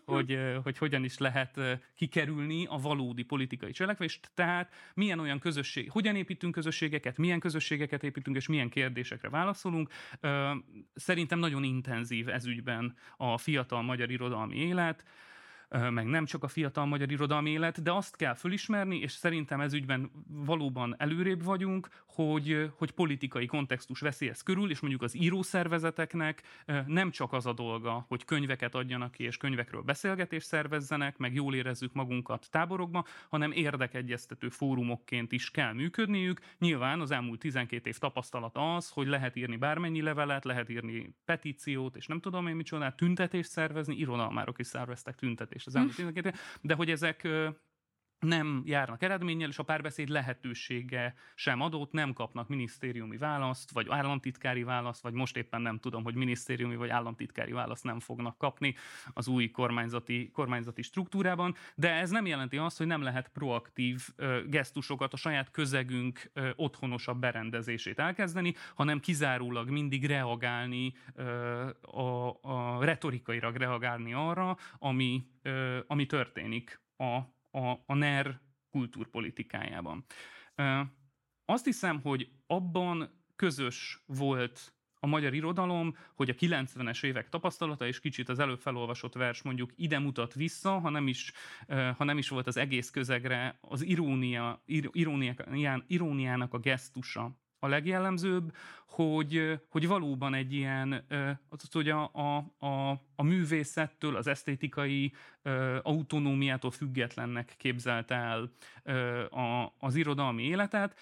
hogy, hogy hogyan is lehet kikerülni a valódi politikai cselekvést, tehát milyen olyan közösség, hogyan építünk közösségeket, milyen közösségeket építünk, és milyen kérdésekre válaszolunk. Szerintem nagyon intenzív ez ügyben a fiatal magyar irodalmi élet, meg nem csak a fiatal magyar irodalmi élet, de azt kell fölismerni, és szerintem ez ügyben valóban előrébb vagyunk, hogy, hogy politikai kontextus veszi ezt körül, és mondjuk az írószervezeteknek nem csak az a dolga, hogy könyveket adjanak ki, és könyvekről beszélgetést szervezzenek, meg jól érezzük magunkat táborokba, hanem érdekegyeztető fórumokként is kell működniük. Nyilván az elmúlt tizenkét év tapasztalata az, hogy lehet írni bármennyi levelet, lehet írni petíciót, és nem tudom én micsodát, tüntetést szervezni, irodalmárok is szerveztek tüntetést az elmúlt tizenkét év, de hogy ezek nem járnak eredménnyel, és a párbeszéd lehetősége sem adott, nem kapnak minisztériumi választ, vagy államtitkári választ, vagy most éppen nem tudom, hogy minisztériumi vagy államtitkári választ nem fognak kapni az új kormányzati, kormányzati struktúrában, de ez nem jelenti azt, hogy nem lehet proaktív uh, gesztusokat, a saját közegünk uh, otthonosabb berendezését elkezdeni, hanem kizárólag mindig reagálni, uh, a, a retorikailag reagálni arra, ami, uh, ami történik a a, a NER kultúrpolitikájában. Azt hiszem, hogy abban közös volt a magyar irodalom, hogy a kilencvenes évek tapasztalata, és kicsit az előbb felolvasott vers mondjuk ide mutat vissza, ha nem is, ha nem is volt az egész közegre az irónia, irónián, iróniának a gesztusa a legjellemzőbb, hogy, hogy valóban egy ilyen, az, hogy a, a, a, a művészettől, az esztétikai autonómiától függetlennek képzelte el a, az irodalmi életet.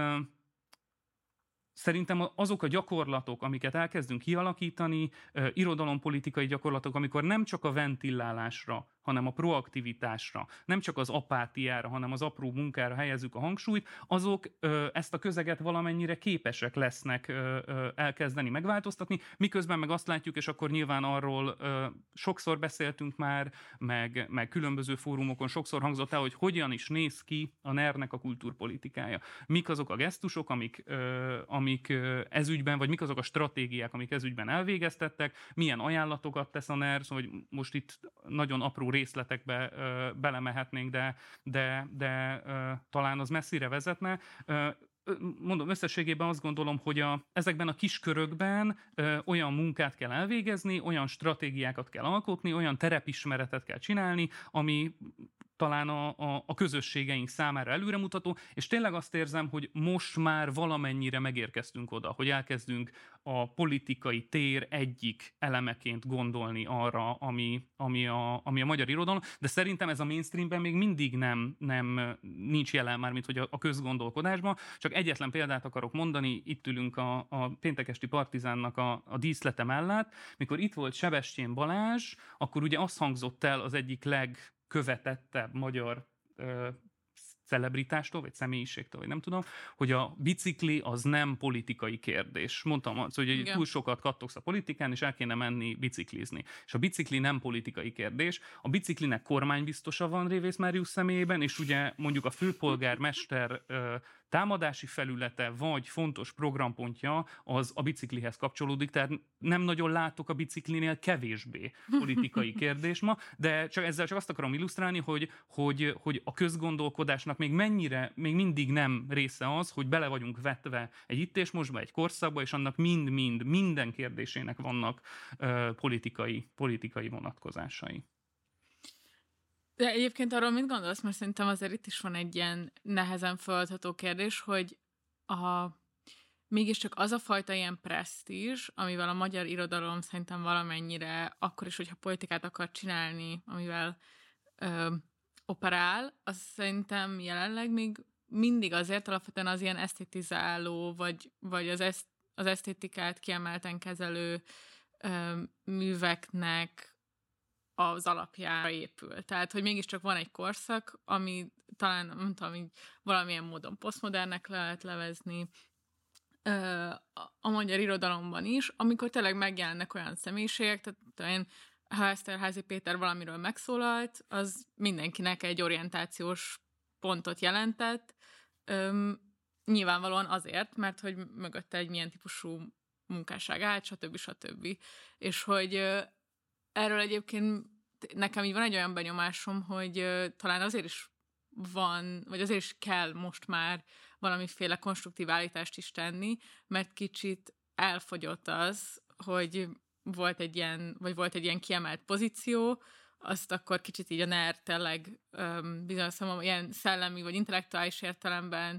Szerintem azok a gyakorlatok, amiket elkezdünk kialakítani, irodalompolitikai gyakorlatok, amikor nem csak a ventillálásra, hanem a proaktivitásra, nem csak az apátiára, hanem az apró munkára helyezzük a hangsúlyt, azok ö, ezt a közeget valamennyire képesek lesznek ö, ö, elkezdeni megváltoztatni, miközben meg azt látjuk, és akkor nyilván arról ö, sokszor beszéltünk már, meg, meg különböző fórumokon sokszor hangzott el, hogy hogyan is néz ki a NER-nek a kultúrpolitikája. Mik azok a gesztusok, amik, ö, amik ö, ezügyben, vagy mik azok a stratégiák, amik ezügyben elvégeztettek, milyen ajánlatokat tesz a NER, szóval hogy most itt nagyon apró részletekbe ö, belemehetnénk, de, de, de ö, talán az messzire vezetne. Ö, mondom, összességében azt gondolom, hogy a, ezekben a kiskörökben ö, olyan munkát kell elvégezni, olyan stratégiákat kell alkotni, olyan terepismeretet kell csinálni, ami talán a, a, a közösségeink számára előremutató, és tényleg azt érzem, hogy most már valamennyire megérkeztünk oda, hogy elkezdünk a politikai tér egyik elemeként gondolni arra, ami, ami, a, ami a magyar irodalom, de szerintem ez a mainstreamben még mindig nem, nem nincs jelen már, mint hogy a, a közgondolkodásban. Csak egyetlen példát akarok mondani, itt ülünk a, a péntekesti Partizánnak a, a díszlete mellett, mikor itt volt Sebestyén Balázs, akkor ugye azt hangzott el az egyik leg követettebb magyar ö, celebritástól, vagy személyiségtől, vagy nem tudom, hogy a bicikli az nem politikai kérdés. Mondtam azt, hogy igen, túl sokat kattogsz a politikán, és el kéne menni biciklizni. És a bicikli nem politikai kérdés. A biciklinek kormánybiztosa van Révész Máriusz személyében, és ugye mondjuk a főpolgármester ö, támadási felülete, vagy fontos programpontja az a biciklihez kapcsolódik, tehát nem nagyon látok a biciklinél kevésbé politikai kérdés ma, de csak ezzel csak azt akarom illusztrálni, hogy, hogy, hogy a közgondolkodásnak még mennyire, még mindig nem része az, hogy bele vagyunk vetve egy itt és mostba, egy korszakba, és annak mind-mind, minden kérdésének vannak uh, politikai, politikai vonatkozásai. De egyébként arról mit gondolsz, mert szerintem azért itt is van egy ilyen nehezen feladható kérdés, hogy a, mégiscsak az a fajta ilyen presztízs, amivel a magyar irodalom szerintem valamennyire, akkor is, hogyha politikát akar csinálni, amivel ö, operál, az szerintem jelenleg még mindig azért alapvetően az ilyen esztetizáló, vagy, vagy az, eszt, az esztétikát kiemelten kezelő ö, műveknek az alapjára épül. Tehát, hogy mégiscsak van egy korszak, ami talán, nem tudom, így valamilyen módon posztmodernnek lehet levezni a magyar irodalomban is, amikor tényleg megjelennek olyan személyiségek, tehát én, ha Eszterházy Péter valamiről megszólalt, az mindenkinek egy orientációs pontot jelentett, Üm, nyilvánvalóan azért, mert hogy mögötte egy milyen típusú munkásság állt, stb. stb. És hogy erről egyébként nekem így van egy olyan benyomásom, hogy uh, talán azért is van, vagy azért is kell most már valamiféle konstruktív állítást is tenni, mert kicsit elfogyott az, hogy volt egy ilyen, vagy volt egy ilyen kiemelt pozíció, azt akkor kicsit így a NER tényleg um, bizonyos számomra ilyen szellemi vagy intellektuális értelemben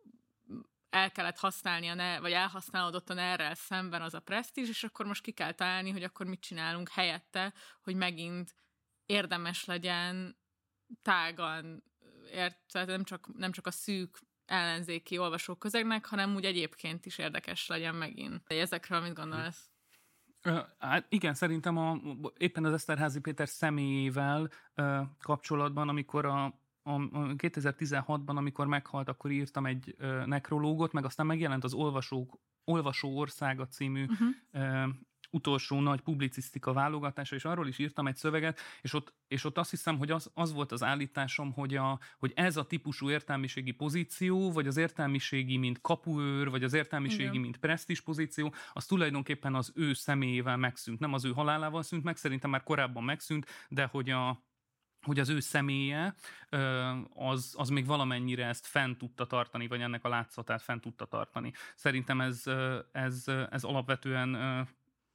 el kellett használni, a NER, vagy elhasználódott a NER-rel szemben az a presztízs, és akkor most ki kell találni, hogy akkor mit csinálunk helyette, hogy megint érdemes legyen tágan, ért, tehát nem csak, nem csak a szűk ellenzéki olvasóközegnek, hanem úgy egyébként is érdekes legyen megint. Ezekről mit gondolsz? Hát igen, szerintem a, éppen az Eszterházy Péter személyével uh, kapcsolatban, amikor a, a kétezer-tizenhatban, amikor meghalt, akkor írtam egy uh, nekrológot, meg aztán megjelent az Olvasók, Olvasó Országa című uh-huh. uh, utolsó nagy publicisztika válogatása, és arról is írtam egy szöveget, és ott, és ott azt hiszem, hogy az, az volt az állításom, hogy, a, hogy ez a típusú értelmiségi pozíció, vagy az értelmiségi, mint kapuőr, vagy az értelmiségi, igen, mint presztízs pozíció, az tulajdonképpen az ő személyével megszűnt. Nem az ő halálával szűnt meg, szerintem már korábban megszűnt, de hogy a hogy az ő személye, az, az még valamennyire ezt fent tudta tartani, vagy ennek a látszatát fent tudta tartani. Szerintem ez, ez, ez alapvetően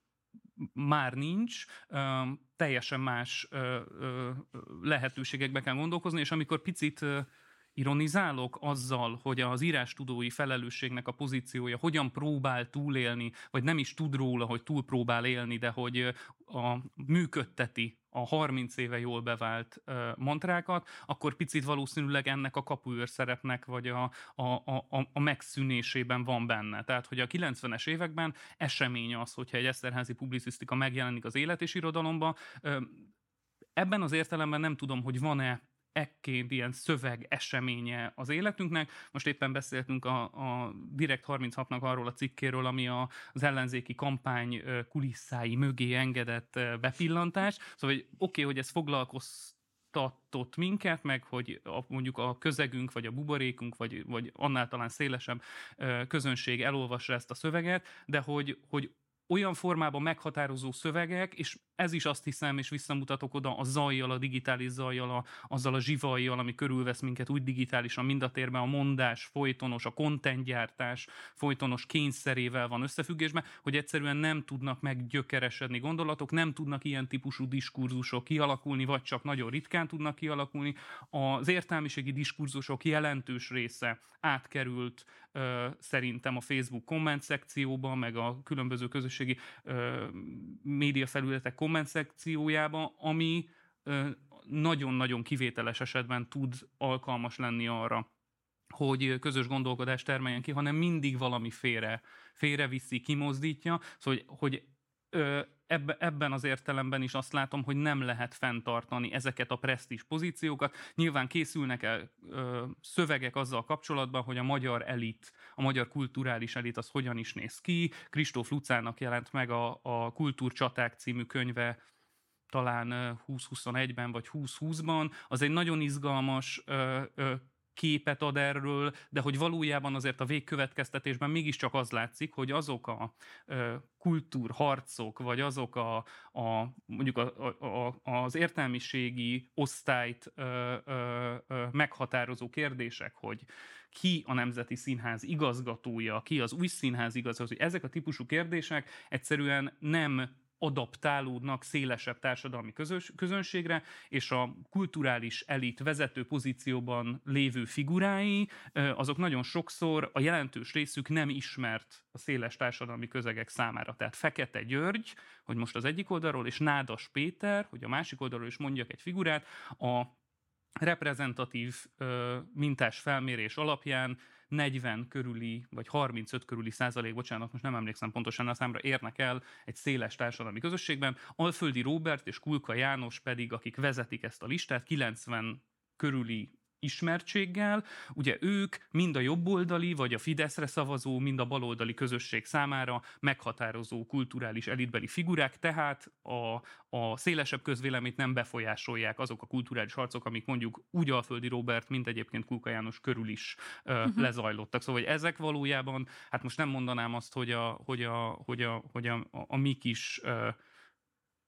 már nincs, teljesen más lehetőségekbe kell gondolkozni, és amikor picit ironizálok azzal, hogy az írástudói felelősségnek a pozíciója hogyan próbál túlélni, vagy nem is tud róla, hogy túl próbál élni, de hogy a, működteti a harminc éve jól bevált uh, mantrákat, akkor picit valószínűleg ennek a kapuőr szerepnek, vagy a, a, a, a megszűnésében van benne. Tehát, hogy a kilencvenes években esemény az, hogyha egy eszterházy publicisztika megjelenik az élet és irodalomba. Uh, ebben az értelemben nem tudom, hogy van-e ekként ilyen szöveg eseménye az életünknek. Most éppen beszéltünk a, a Direkt harminchatnak arról a cikkéről, ami a, az ellenzéki kampány kulisszái mögé engedett bepillantás. Szóval, hogy oké, okay, hogy ez foglalkoztatott minket, meg hogy a, mondjuk a közegünk, vagy a buborékunk, vagy, vagy annál talán szélesebb közönség elolvassa ezt a szöveget, de hogy, hogy olyan formában meghatározó szövegek, és ez is azt hiszem, és visszamutatok oda a zajjal, a digitális zajjal, a, azzal a zsivajjal, ami körülvesz minket úgy digitálisan, mind a térben a mondás folytonos, a contentgyártás folytonos kényszerével van összefüggésben, hogy egyszerűen nem tudnak meggyökeresedni gondolatok, nem tudnak ilyen típusú diskurzusok kialakulni, vagy csak nagyon ritkán tudnak kialakulni. Az értelmiségi diskurzusok jelentős része átkerült ö, szerintem a Facebook komment szekcióba, meg a különböző közösségi ö, médiafelületek komment szekciójába, ami ö, nagyon-nagyon kivételes esetben tud alkalmas lenni arra, hogy közös gondolkodást termeljen ki, hanem mindig valami félre, félreviszi, kimozdítja. Szóval, hogy, hogy ö, ebbe, ebben az értelemben is azt látom, hogy nem lehet fenntartani ezeket a presztízs pozíciókat. Nyilván készülnek el ö, szövegek azzal kapcsolatban, hogy a magyar elit, a magyar kulturális elit az hogyan is néz ki. Kristóf Lucának jelent meg a, a Kultúrcsaták című könyve talán húsz-huszonegyben vagy húsz-húszban. Az egy nagyon izgalmas ö, ö, képet ad erről, de hogy valójában azért a végkövetkeztetésben mégiscsak az látszik, hogy azok a ö, kultúrharcok, vagy azok a, a mondjuk a, a, a, az értelmiségi osztályt ö, ö, ö, meghatározó kérdések, hogy ki a Nemzeti Színház igazgatója, ki az új színház igazgatója, ezek a típusú kérdések egyszerűen nem adaptálódnak szélesebb társadalmi közös, közönségre, és a kulturális elit vezető pozícióban lévő figurái, azok nagyon sokszor a jelentős részük nem ismert a széles társadalmi közegek számára. Tehát Fekete György, hogy most az egyik oldalról, és Nádas Péter, hogy a másik oldalról is mondjak egy figurát, a reprezentatív mintás felmérés alapján negyven körüli, vagy harmincöt körüli százalék, bocsánat, most nem emlékszem pontosan a számra, érnek el egy széles társadalmi közösségben. Alföldi Róbert és Kulka János pedig, akik vezetik ezt a listát, kilencven körüli ismertséggel. Ugye ők mind a jobboldali, vagy a Fideszre szavazó, mind a baloldali közösség számára meghatározó kulturális elitbeli figurák, tehát a, a szélesebb közvéleményt nem befolyásolják azok a kulturális harcok, amik mondjuk úgy Alföldi Róbert, mint egyébként Kulka János körül is uh, uh-huh. lezajlottak. Szóval, hogy ezek valójában, hát most nem mondanám azt, hogy a, hogy a, hogy a, hogy a, a, a mi kis uh,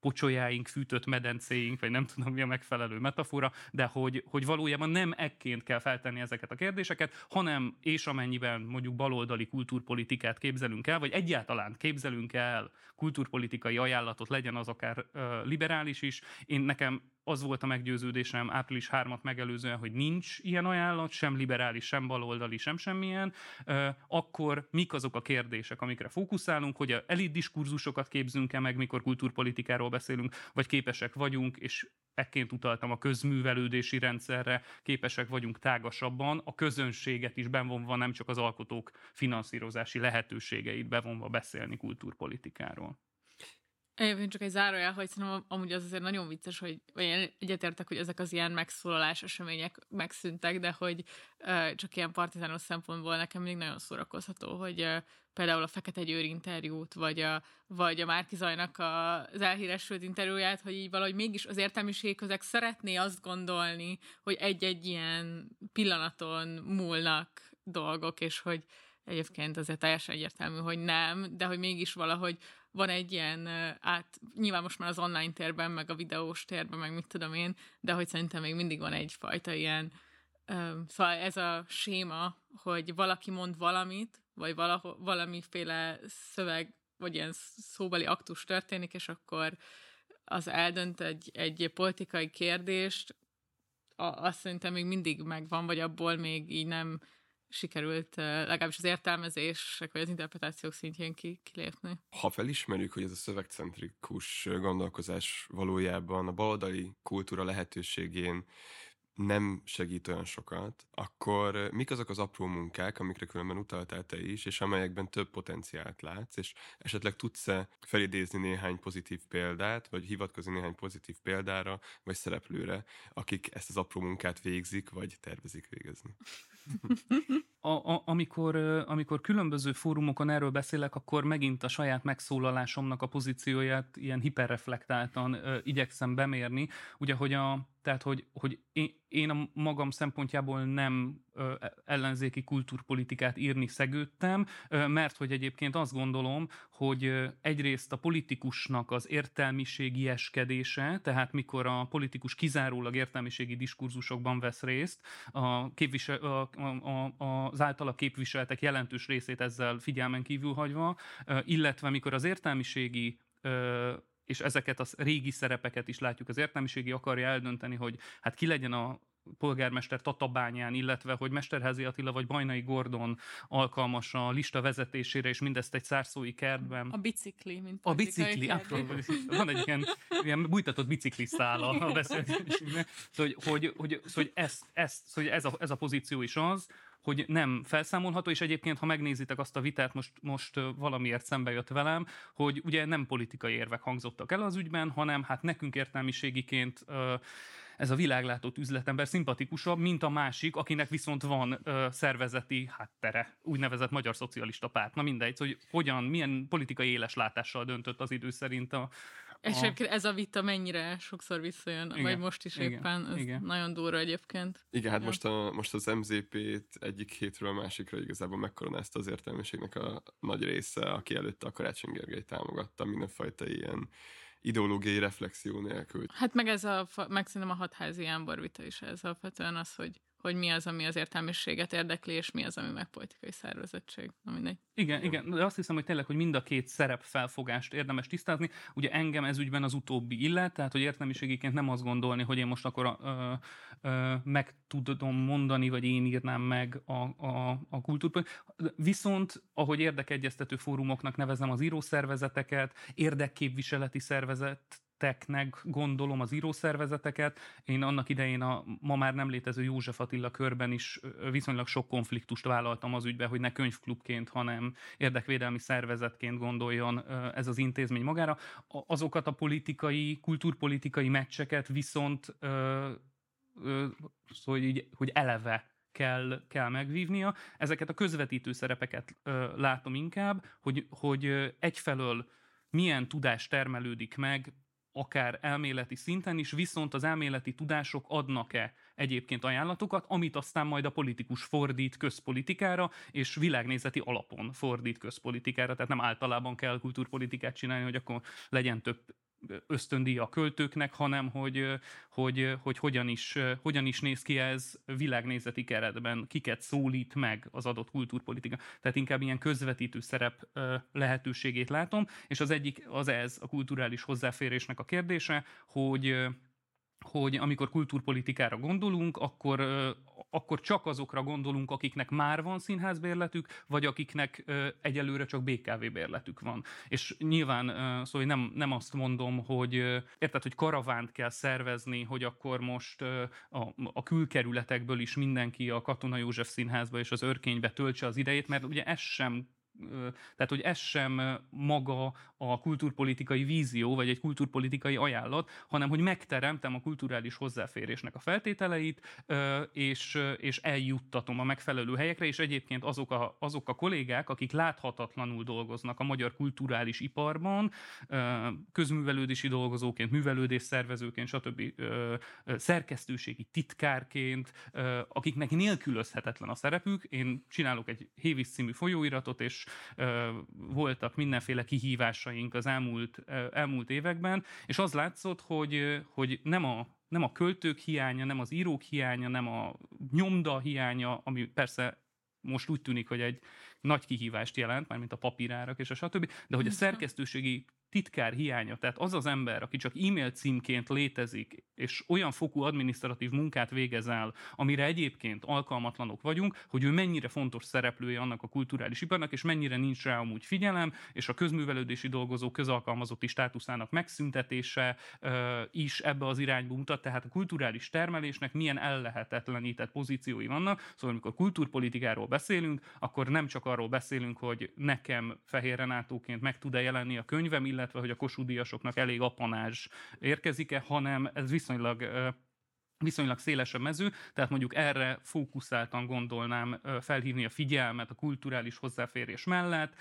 pocsolyáink, fűtött medencéink, vagy nem tudom mi a megfelelő metafora, de hogy, hogy valójában nem ekként kell feltenni ezeket a kérdéseket, hanem és amennyiben mondjuk baloldali kultúrpolitikát képzelünk el, vagy egyáltalán képzelünk el kultúrpolitikai ajánlatot, legyen az akár uh, liberális is. Én nekem az volt a meggyőződésem április harmadikát megelőzően, hogy nincs ilyen ajánlat, sem liberális, sem baloldali, sem semmilyen, uh, akkor mik azok a kérdések, amikre fókuszálunk, hogy a elit diskurzusokat képzünk-e meg, mikor kultúrpolitikáról beszélünk, vagy képesek vagyunk, és ekként utaltam a közművelődési rendszerre, képesek vagyunk tágasabban, a közönséget is bevonva, nem csak az alkotók finanszírozási lehetőségeit bevonva beszélni kultúrpolitikáról. Egyébként csak egy zárójel, hogy szerintem amúgy az azért nagyon vicces, hogy én egyetértek, hogy ezek az ilyen megszólalás események megszűntek, de hogy uh, csak ilyen partizános szempontból nekem mindig nagyon szórakozható, hogy uh, például a Fekete Győr interjút, vagy a, vagy a Márki Zajnak a, az elhíresült interjúját, hogy így valahogy mégis az értelmiségi közeg szeretné azt gondolni, hogy egy-egy ilyen pillanaton múlnak dolgok, és hogy egyébként azért teljesen egyértelmű, hogy nem, de hogy mégis valahogy van egy ilyen át, nyilván most már az online térben, meg a videós térben, meg mit tudom én, de hogy szerintem még mindig van egyfajta ilyen, um, szóval ez a séma, hogy valaki mond valamit, vagy valaho, valamiféle szöveg, vagy ilyen szóbeli aktus történik, és akkor az eldönt egy, egy politikai kérdést, a, azt szerintem még mindig megvan, vagy abból még így nem sikerült legalábbis az értelmezések vagy az interpretációk szintjén ki, kilépni. Ha felismerjük, hogy ez a szövegcentrikus gondolkozás valójában a baloldali kultúra lehetőségén nem segít olyan sokat, akkor mik azok az apró munkák, amikre különben utaltál te is, és amelyekben több potenciált látsz, és esetleg tudsz-e felidézni néhány pozitív példát, vagy hivatkozni néhány pozitív példára, vagy szereplőre, akik ezt az apró munkát végzik, vagy tervezik végezni? A, a, amikor, amikor különböző fórumokon erről beszélek, akkor megint a saját megszólalásomnak a pozícióját ilyen hiperreflektáltan uh, igyekszem bemérni. Ugye, hogy, a, tehát, hogy, hogy én, én a magam szempontjából nem uh, ellenzéki kultúrpolitikát írni szegődtem, uh, mert hogy egyébként azt gondolom, hogy uh, egyrészt a politikusnak az értelmiségieskedése, tehát mikor a politikus kizárólag értelmiségi diskurzusokban vesz részt, a képvisel, a, a, a, az általa képviseltek jelentős részét ezzel figyelmen kívül hagyva, illetve mikor az értelmiségi, és ezeket a régi szerepeket is látjuk, az értelmiségi akarja eldönteni, hogy hát ki legyen a polgármester Tatabányán, illetve hogy Mesterházy Attila vagy Bajnai Gordon alkalmas a lista vezetésére, és mindezt egy szárszói kertben. A bicikli, mint a bicikli. Van egy ilyen, ilyen bújtatott bicikliszál a beszélgetésünkben. Szóval, hogy, hogy, hogy, ezt, ezt, szóval ez, a, ez a pozíció is az, hogy nem felszámolható, és egyébként, ha megnézitek azt a vitát, most, most valamiért szembe jött velem, hogy ugye nem politikai érvek hangzottak el az ügyben, hanem hát nekünk értelmiségiként ez a világlátott üzletember szimpatikusabb, mint a másik, akinek viszont van ö, szervezeti háttere, úgynevezett Magyar Szocialista Párt. Na mindegy, hogy hogyan, milyen politikai éles látással döntött az idő szerint a... És a... ez a vita mennyire sokszor visszajön, igen, vagy most is igen, éppen, ez igen. Nagyon durva egyébként. Igen, hát ja. most, a, most az em zé pét egyik hétről a másikra igazából megkoronázta az értelmiségnek a nagy része, aki előtte a Karácsony Gergely támogatta mindenfajta ilyen ideológiai reflexió nélkül. Hát meg ez a, meg szerintem a hatházi Jámbor vita is ez alapvetően az, hogy, hogy mi az, ami az értelmiséget érdekli, és mi az, ami meg politikai szervezettség. Na mindegy. Igen, igen, de azt hiszem, hogy tényleg, hogy mind a két szerepfelfogást érdemes tisztázni. Ugye engem ez ügyben az utóbbi illet, tehát, hogy értelmiségiként nem azt gondolni, hogy én most akkor ö, ö, meg tudom mondani, vagy én írnám meg a, a, a kultúrpolitikát. Viszont, ahogy érdekegyeztető fórumoknak nevezem az írószervezeteket, érdekképviseleti szervezet, teknek gondolom az írószervezeteket. Én annak idején a ma már nem létező József Attila körben is viszonylag sok konfliktust vállaltam az ügybe, hogy ne könyvklubként, hanem érdekvédelmi szervezetként gondoljon ez az intézmény magára. Azokat a politikai, kultúrpolitikai meccseket viszont szóval így, hogy eleve kell, kell megvívnia. Ezeket a közvetítő szerepeket látom inkább, hogy, hogy egyfelől milyen tudás termelődik meg akár elméleti szinten is, viszont az elméleti tudások adnak-e egyébként ajánlatokat, amit aztán majd a politikus fordít közpolitikára, és világnézeti alapon fordít közpolitikára, tehát nem általában kell kultúrpolitikát csinálni, hogy akkor legyen több ösztöndíj a költőknek, hanem hogy, hogy, hogy hogyan, is, hogyan is néz ki ez világnézeti keretben, kiket szólít meg az adott kultúrpolitika. Tehát inkább ilyen közvetítő szerep lehetőségét látom, és az egyik az ez a kulturális hozzáférésnek a kérdése, hogy hogy amikor kultúrpolitikára gondolunk, akkor, akkor csak azokra gondolunk, akiknek már van színházbérletük, vagy akiknek egyelőre csak bé ká vé bérletük van. És nyilván szóval nem, nem azt mondom, hogy érted, hogy karavánt kell szervezni, hogy akkor most a, a külkerületekből is mindenki a Katona József Színházba és az Örkénybe töltse az idejét, mert ugye ez sem Tehát, hogy ez sem maga a kultúrpolitikai vízió, vagy egy kultúrpolitikai ajánlat, hanem, hogy megteremtem a kulturális hozzáférésnek a feltételeit, és, és eljuttatom a megfelelő helyekre, és egyébként azok a, azok a kollégák, akik láthatatlanul dolgoznak a magyar kulturális iparban, közművelődési dolgozóként, művelődésszervezőként, stb. Szerkesztőségi titkárként, akiknek nélkülözhetetlen a szerepük. Én csinálok egy Hévíz című folyóiratot, és Ö, voltak mindenféle kihívásaink az elmúlt, elmúlt években, és az látszott, hogy, hogy nem a nem a költők hiánya, nem az írók hiánya, nem a nyomda hiánya, ami persze most úgy tűnik, hogy egy nagy kihívást jelent, mármint a papírárak és a stb., de hogy a szerkesztőségi titkár hiánya, tehát az az ember, aki csak e-mail címként létezik, és olyan fokú adminisztratív munkát végez el, amire egyébként alkalmatlanok vagyunk, hogy ő mennyire fontos szereplője annak a kulturális iparnak, és mennyire nincs rá amúgy figyelem, és a közművelődési dolgozó közalkalmazotti státuszának megszüntetése uh, is ebbe az irányba mutat, tehát a kulturális termelésnek milyen ellehetetlenített pozíciói vannak. Szóval amikor kultúrpolitikáról beszélünk, akkor nem csak arról beszélünk, hogy nekem Fehér Renátóként meg tud-e jelenni a könyvem, illetve hogy a Kossuth-díjasoknak elég apanázs érkezik-e, hanem ez viszonylag, viszonylag szélesebb mező, tehát mondjuk erre fókuszáltan gondolnám felhívni a figyelmet a kulturális hozzáférés mellett.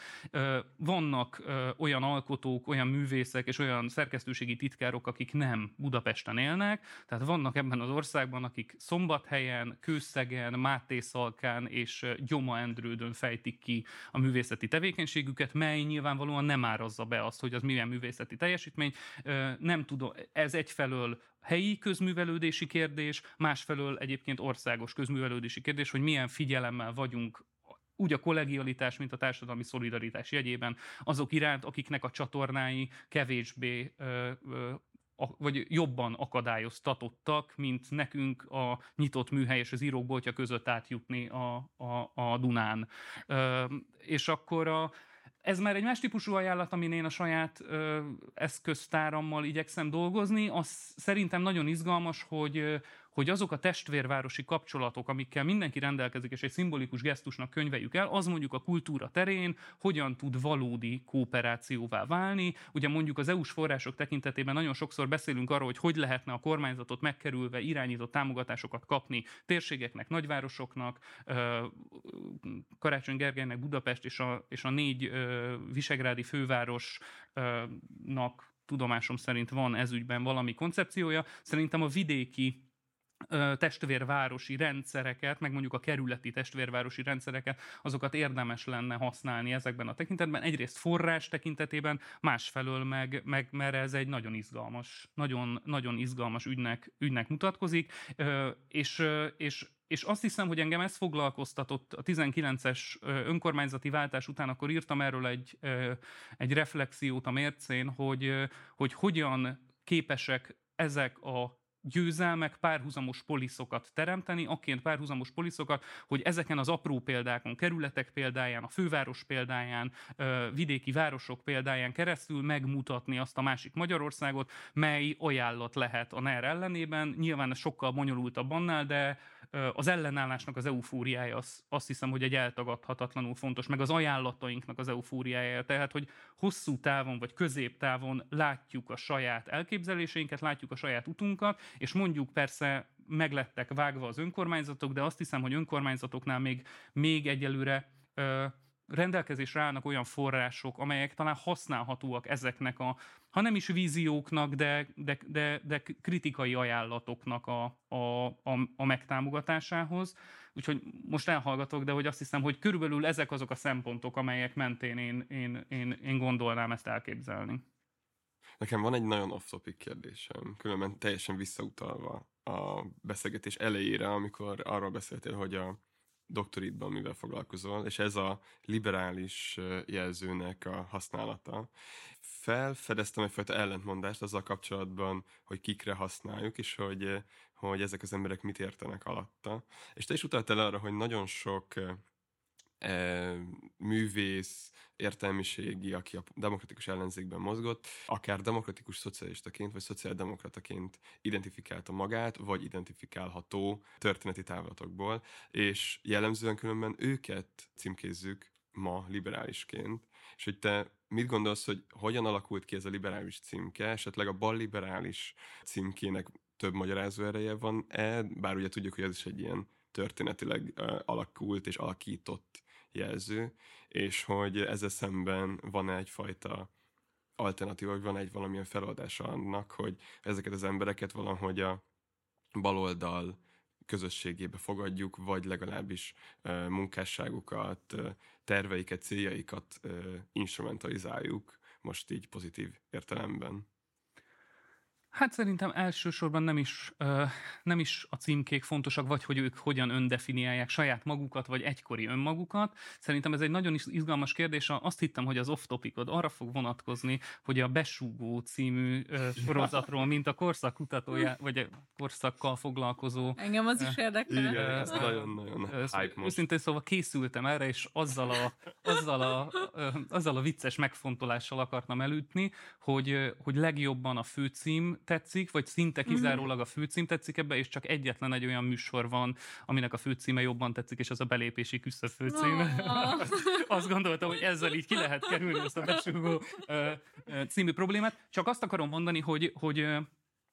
Vannak olyan alkotók, olyan művészek és olyan szerkesztőségi titkárok, akik nem Budapesten élnek, tehát vannak ebben az országban, akik Szombathelyen, Kőszegen, Mátészalkán és Gyoma-Endrődön fejtik ki a művészeti tevékenységüket, mely nyilvánvalóan nem árazza be azt, hogy az milyen művészeti teljesítmény. Nem tudom, ez egyfelől helyi közművelődési kérdés, másfelől egyébként országos közművelődési kérdés, hogy milyen figyelemmel vagyunk úgy a kollegialitás, mint a társadalmi szolidaritás jegyében azok iránt, akiknek a csatornái kevésbé ö, ö, vagy jobban akadályoztatottak, mint nekünk a nyitott műhely és az írókboltja között átjutni a, a, a Dunán. Ö, és akkor a Ez már egy más típusú ajánlat, amin én a saját ö, eszköztárammal igyekszem dolgozni. Az szerintem nagyon izgalmas, hogy, ö, hogy azok a testvérvárosi kapcsolatok, amikkel mindenki rendelkezik, és egy szimbolikus gesztusnak könyveljük el, az mondjuk a kultúra terén hogyan tud valódi kooperációvá válni. Ugye mondjuk az é u-s források tekintetében nagyon sokszor beszélünk arról, hogy hogy lehetne a kormányzatot megkerülve irányított támogatásokat kapni térségeknek, nagyvárosoknak, ö, Karácsony Gergelynek Budapest és a, és a négy ö, visegrádi fővárosnak tudomásom szerint van ezügyben valami koncepciója. Szerintem a vidéki testvérvárosi rendszereket, meg mondjuk a kerületi testvérvárosi rendszereket, azokat érdemes lenne használni ezekben a tekintetben. Egyrészt forrás tekintetében, másfelől meg, meg mert ez egy nagyon izgalmas, nagyon, nagyon izgalmas ügynek, ügynek mutatkozik, és, és És azt hiszem, hogy engem ez foglalkoztatott a tizenkilences önkormányzati váltás után, akkor írtam erről egy, egy reflexiót a mércén, hogy, hogy hogyan képesek ezek a győzelmek párhuzamos poliszokat teremteni, akként párhuzamos poliszokat, hogy ezeken az apró példákon, kerületek példáján, a főváros példáján, vidéki városok példáján keresztül megmutatni azt a másik Magyarországot, mely ajánlat lehet a en e er ellenében. Nyilván ez sokkal bonyolultabb annál, de az ellenállásnak az eufóriája az, azt hiszem, hogy egy eltagadhatatlanul fontos, meg az ajánlatainknak az eufóriája. Tehát, hogy hosszú távon vagy középtávon látjuk a saját elképzeléseinket, látjuk a saját utunkat, és mondjuk persze meglettek vágva az önkormányzatok, de azt hiszem, hogy önkormányzatoknál még, még egyelőre ö, rendelkezésre állnak olyan források, amelyek talán használhatóak ezeknek a, ha nem is vízióknak, de, de, de, de kritikai ajánlatoknak a, a, a, a megtámogatásához. Úgyhogy most elhallgatok, de hogy azt hiszem, hogy körülbelül ezek azok a szempontok, amelyek mentén én, én, én, én gondolnám ezt elképzelni. Nekem van egy nagyon off-topic kérdésem, különben teljesen visszautalva a beszélgetés elejére, amikor arról beszéltél, hogy a doktoridban mivel foglalkozol, és ez a liberális jelzőnek a használata. Felfedeztem egyfajta ellentmondást azzal kapcsolatban, hogy kikre használjuk, és hogy, hogy ezek az emberek mit értenek alatta. És te is utaltál arra, hogy nagyon sok e, művész, értelmiségi, aki a demokratikus ellenzékben mozgott, akár demokratikus szocialistaként, vagy szociáldemokrataként identifikálta magát, vagy identifikálható történeti távlatokból, és jellemzően különben őket címkézzük ma liberálisként. És hogy te mit gondolsz, hogy hogyan alakult ki ez a liberális címke, esetleg a balliberális címkének több magyarázó ereje van-e, bár ugye tudjuk, hogy ez is egy ilyen történetileg uh, alakult és alakított jelző, és hogy ezzel szemben van-e egyfajta alternatíva, vagy van egy valamilyen feloldása annak, hogy ezeket az embereket valahogy a baloldal közösségébe fogadjuk, vagy legalábbis uh, munkásságukat, uh, terveiket, céljaikat uh, instrumentalizáljuk, most így pozitív értelemben. Hát szerintem elsősorban nem is, ö, nem is a címkék fontosak, vagy hogy ők hogyan öndefiniálják saját magukat, vagy egykori önmagukat. Szerintem ez egy nagyon is izgalmas kérdés. Azt hittem, hogy az off-topicod arra fog vonatkozni, hogy a Besúgó című ö, sorozatról, mint a korszak kutatója, vagy a korszakkal foglalkozó. Engem az is érdekel. Igen, ez nagyon-nagyon hype most. Őszintén szóval készültem erre, és azzal a, azzal a, ö, azzal a vicces megfontolással akartam elütni, hogy, hogy legjobban a főcím tetszik, vagy szinte kizárólag a főcím tetszik ebbe, és csak egyetlen egy olyan műsor van, aminek a főcíme jobban tetszik, és az a belépési küszöb főcím. Oh. Azt gondoltam, hogy ezzel így ki lehet kerülni ezt a Besúgó uh, uh, című problémát. Csak azt akarom mondani, hogy, hogy uh,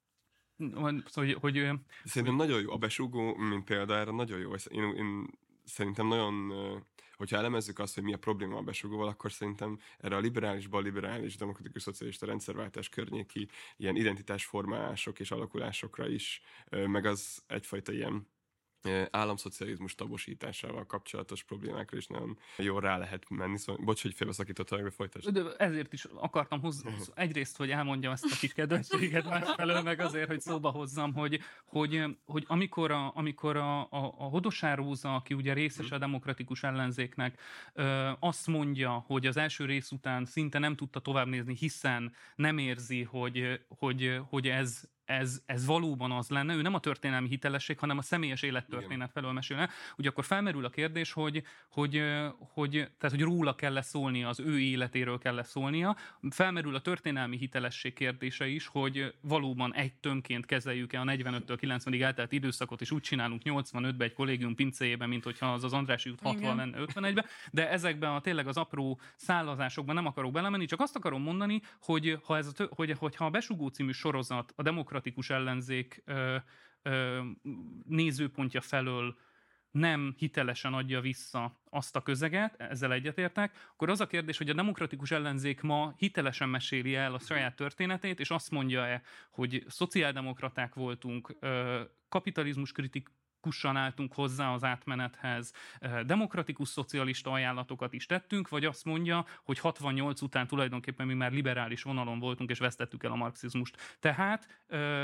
hogy, hogy Szerintem hogy... nagyon jó. A Besúgó, mint példára, nagyon jó. Én, én szerintem nagyon... Hogyha elemezzük azt, hogy mi a probléma a Besúgóval, akkor szerintem erre a liberális, balliberális, demokratikus, szocialista rendszerváltás környéki ilyen identitásformálások és alakulásokra is, meg az egyfajta ilyen államszocializmus tabosításával kapcsolatos problémákra is nagyon jól rá lehet menni. Szóval, bocs, hogy félbeszakítottam, hogy folytasd. De ezért is akartam hozzá, egyrészt, hogy elmondjam ezt a kis kedvességet, másfelől meg azért, hogy szóba hozzam, hogy, hogy, hogy amikor, a, amikor a, a, a Hodosár Róza, aki ugye részes a demokratikus ellenzéknek, ö, azt mondja, hogy az első rész után szinte nem tudta tovább nézni, hiszen nem érzi, hogy, hogy, hogy ez Ez, ez valóban az lenne, ő nem a történelmi hitelesség, hanem a személyes élettörténet felől mesélne. Ugye akkor felmerül a kérdés, hogy, hogy, hogy, tehát, hogy róla kell szólnia, az ő életéről kell szólnia. Felmerül a történelmi hitelesség kérdése is, hogy valóban egy tömként kezeljük-e a negyvenöttől kilencvenig eltelt időszakot, és úgy csinálunk nyolcvanötben egy kollégium pincéjében, mint hogyha az az Andrássy út hatvan lenne ötvenegyben, de ezekben a tényleg az apró szálazásokban nem akarok belemenni, csak azt akarom mondani, hogy ha, ez a tö- hogy, hogyha a Besúgó című sorozat a demokratikus ellenzék ö, ö, nézőpontja felől nem hitelesen adja vissza azt a közeget, ezzel egyetértek, akkor az a kérdés, hogy a demokratikus ellenzék ma hitelesen meséli el a saját történetét, és azt mondja-e, hogy szociáldemokraták voltunk, ö, kapitalizmus kritik kussan álltunk hozzá az átmenethez, demokratikus szocialista ajánlatokat is tettünk, vagy azt mondja, hogy hatvannyolc után tulajdonképpen mi már liberális vonalon voltunk, és vesztettük el a marxizmust. Tehát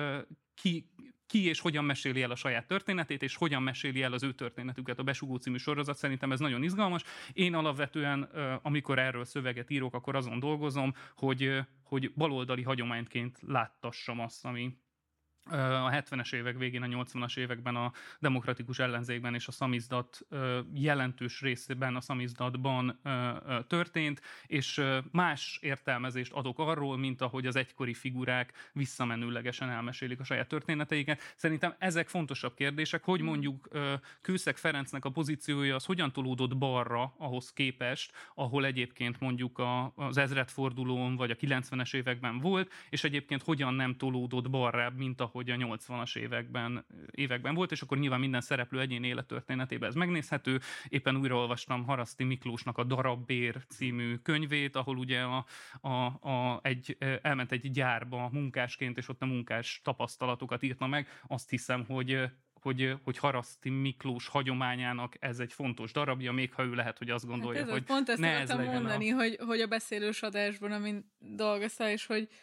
ki, ki és hogyan meséli el a saját történetét, és hogyan meséli el az ő történetüket a Besúgó című sorozat, szerintem ez nagyon izgalmas. Én alapvetően, amikor erről szöveget írok, akkor azon dolgozom, hogy, hogy baloldali hagyományként láttassam azt, ami a hetvenes évek végén, a nyolcvanas években a demokratikus ellenzékben és a szamizdat jelentős részében a szamizdatban történt, és más értelmezést adok arról, mint ahogy az egykori figurák visszamenőlegesen elmesélik a saját történeteiket. Szerintem ezek fontosabb kérdések, hogy mondjuk Kőszeg Ferencnek a pozíciója az hogyan tolódott balra ahhoz képest, ahol egyébként mondjuk az ezredfordulón vagy a kilencvenes években volt, és egyébként hogyan nem tolódott balrább, mint a hogy a nyolcvanas években, években volt, és akkor nyilván minden szereplő egyéni élettörténetében ez megnézhető. Éppen újraolvastam Haraszti Miklósnak a Darabbér című könyvét, ahol ugye a, a, a, egy, elment egy gyárba munkásként, és ott a munkás tapasztalatokat írta meg. Azt hiszem, hogy Hogy, hogy Haraszti Miklós hagyományának ez egy fontos darabja, még ha ő lehet, hogy azt gondolja, hát ez hogy pont ezt ne ez mondani, a... hogy, hogy a beszélős adásban, amin dolgoztál, és hogy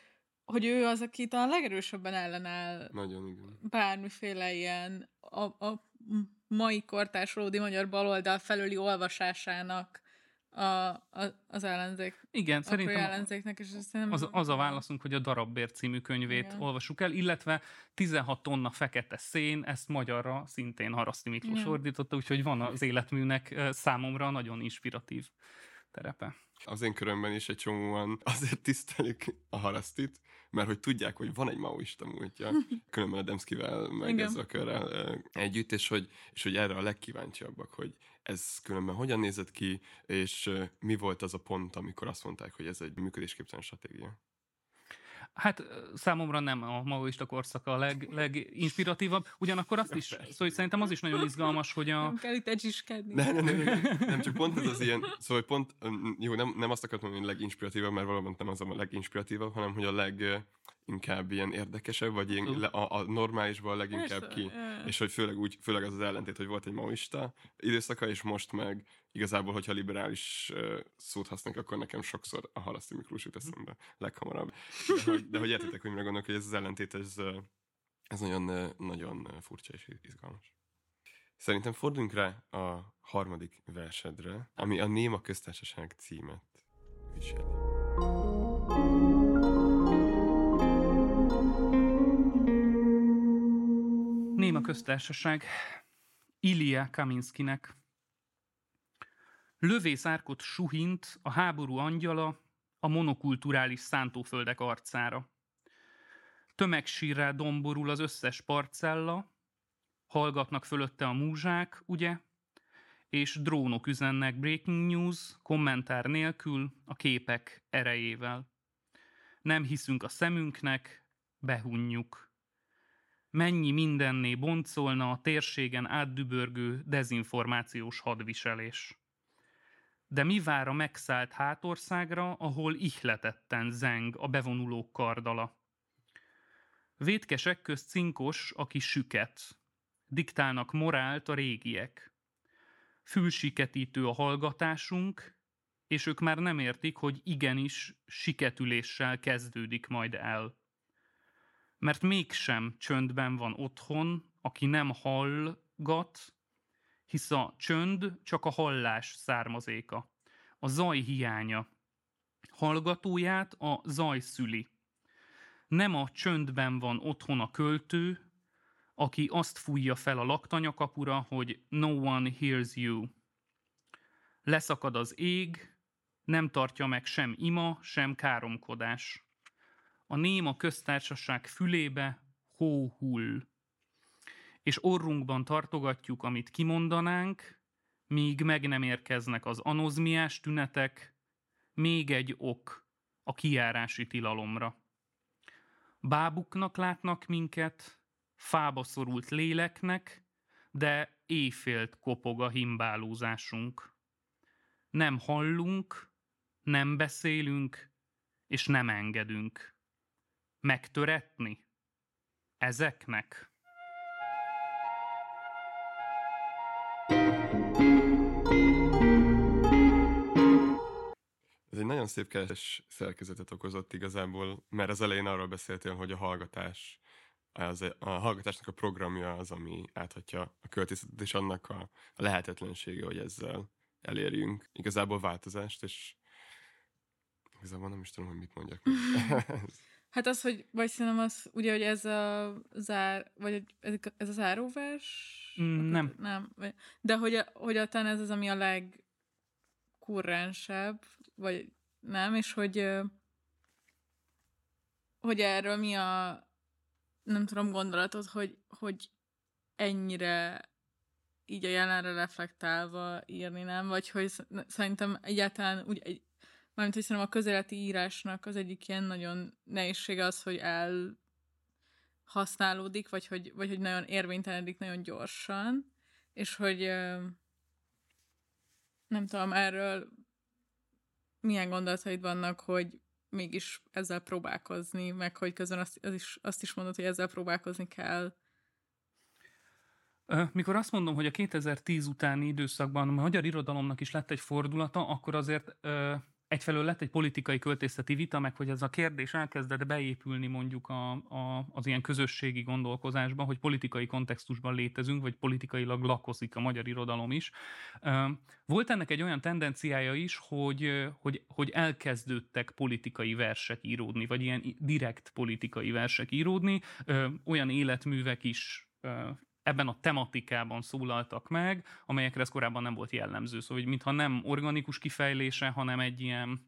hogy ő az, aki talán legerősebben ellenáll Nagyon, igen. bármiféle ilyen a, a mai kortárs valódi magyar baloldal felüli olvasásának a, a, az ellenzék. Igen, szerintem ellenzéknek, és az, az a válaszunk, hogy a Darabbér című könyvét Igen. olvassuk el, illetve tizenhat tonna fekete szén, ezt magyarra szintén Haraszti Miklós Igen. ordította, úgyhogy van az életműnek számomra nagyon inspiratív terepe. Az én körömben is egy csomóan azért tisztelik a Harasztit, mert hogy tudják, hogy van egy maoista múltja, különben a Demszkivel, meg Igen. ezzel a körrel együtt, és hogy, és hogy erre a legkíváncsiabbak, hogy ez különben hogyan nézett ki, és mi volt az a pont, amikor azt mondták, hogy ez egy működésképtelen stratégia. Hát számomra nem a maoista korszaka a leg, leginspiratívabb, ugyanakkor azt is, szóval szerintem az is nagyon izgalmas, hogy a... Nem kell itt egyiskedni. Nem, nem, nem, nem, csak pont ez az ilyen, szóval pont, jó, nem, nem azt akartam mondani, hogy leginspiratívabb, mert valóban nem az a leginspiratívabb, hanem hogy a leginkább ilyen érdekesebb, vagy ilyen, a, a normálisban leginkább ki, és hogy főleg úgy, főleg az az ellentét, hogy volt egy maoista időszaka, és most meg igazából, hogyha liberális uh, szót használnak, akkor nekem sokszor a Haraszti Miklós jut eszembe leghamarabb. De hogy, de hogy értitek, hogy mire gondolok, hogy ez az ellentét, ez, ez nagyon, nagyon furcsa és izgalmas. Szerintem forduljunk rá a harmadik versedre, ami a Néma Köztársaság címet viseli. Néma Köztársaság Ilija Kaminskinek. Lövészárkot suhint a háború angyala a monokulturális szántóföldek arcára. Tömegsírrá domborul az összes parcella, hallgatnak fölötte a múzsák, ugye? És drónok üzennek breaking news, kommentár nélkül, a képek erejével. Nem hiszünk a szemünknek, behunjuk. Mennyi mindenné boncolna a térségen átdübörgő dezinformációs hadviselés. De mi vár a megszállt hátországra, ahol ihletetten zeng a bevonulók kardala? Vétkesek közt cinkos, aki süket. Diktálnak morált a régiek. Fülsiketítő a hallgatásunk, és ők már nem értik, hogy igenis siketüléssel kezdődik majd el. Mert mégsem csöndben van otthon, aki nem hallgat, hisz a csönd csak a hallás származéka, a zaj hiánya. Hallgatóját a zaj szüli. Nem a csöndben van otthon a költő, aki azt fújja fel a laktanyakapura, hogy no one hears you. Leszakad az ég, nem tartja meg sem ima, sem káromkodás. A Néma Köztársaság fülébe hó hull. És orrunkban tartogatjuk, amit kimondanánk, míg meg nem érkeznek az anozmiás tünetek, még egy ok a kijárási tilalomra. Bábuknak látnak minket, fába szorult léleknek, de éjfélt kopog a himbálózásunk. Nem hallunk, nem beszélünk, és nem engedünk. Megtöretni? Ezeknek? Ez egy nagyon szép keres szerkezetet okozott igazából, mert az elején arról beszéltél, hogy a hallgatás, az, a hallgatásnak a programja az, ami áthatja a költészetet, és annak a lehetetlensége, hogy ezzel elérjünk igazából változást, és igazából nem is tudom, hogy mit mondjak. Hát az, hogy, vagy szerintem az, ugye, hogy ez a zár, vagy ez a záróvers? Mm, nem. Nem. De hogy, a, hogy a talán ez az, ami a legkurrensebb, vagy nem, és hogy hogy erről mi a nem tudom gondolatod, hogy, hogy ennyire így a jelenre reflektálva írni, nem? Vagy hogy szerintem egyáltalán úgy, egy, mármint, hogy szerintem a közéleti írásnak az egyik ilyen nagyon nehézsége az, hogy elhasználódik, vagy hogy, vagy hogy nagyon érvénytelenedik nagyon gyorsan, és hogy nem tudom, erről milyen gondolataid vannak, hogy mégis ezzel próbálkozni, meg hogy közben azt, az is, azt is mondod, hogy ezzel próbálkozni kell. Mikor azt mondom, hogy a kétezer-tíz utáni időszakban a magyar irodalomnak is lett egy fordulata, akkor azért egyfelől lett egy politikai költészeti vita, meg hogy ez a kérdés elkezdett beépülni mondjuk a, a, az ilyen közösségi gondolkozásban, hogy politikai kontextusban létezünk, vagy politikailag lakozik a magyar irodalom is. Volt ennek egy olyan tendenciája is, hogy, hogy, hogy elkezdődtek politikai versek íródni, vagy ilyen direkt politikai versek íródni, olyan életművek is ebben a tematikában szólaltak meg, amelyekre ez korábban nem volt jellemző. Szóval, hogy mintha nem organikus kifejlése, hanem egy ilyen,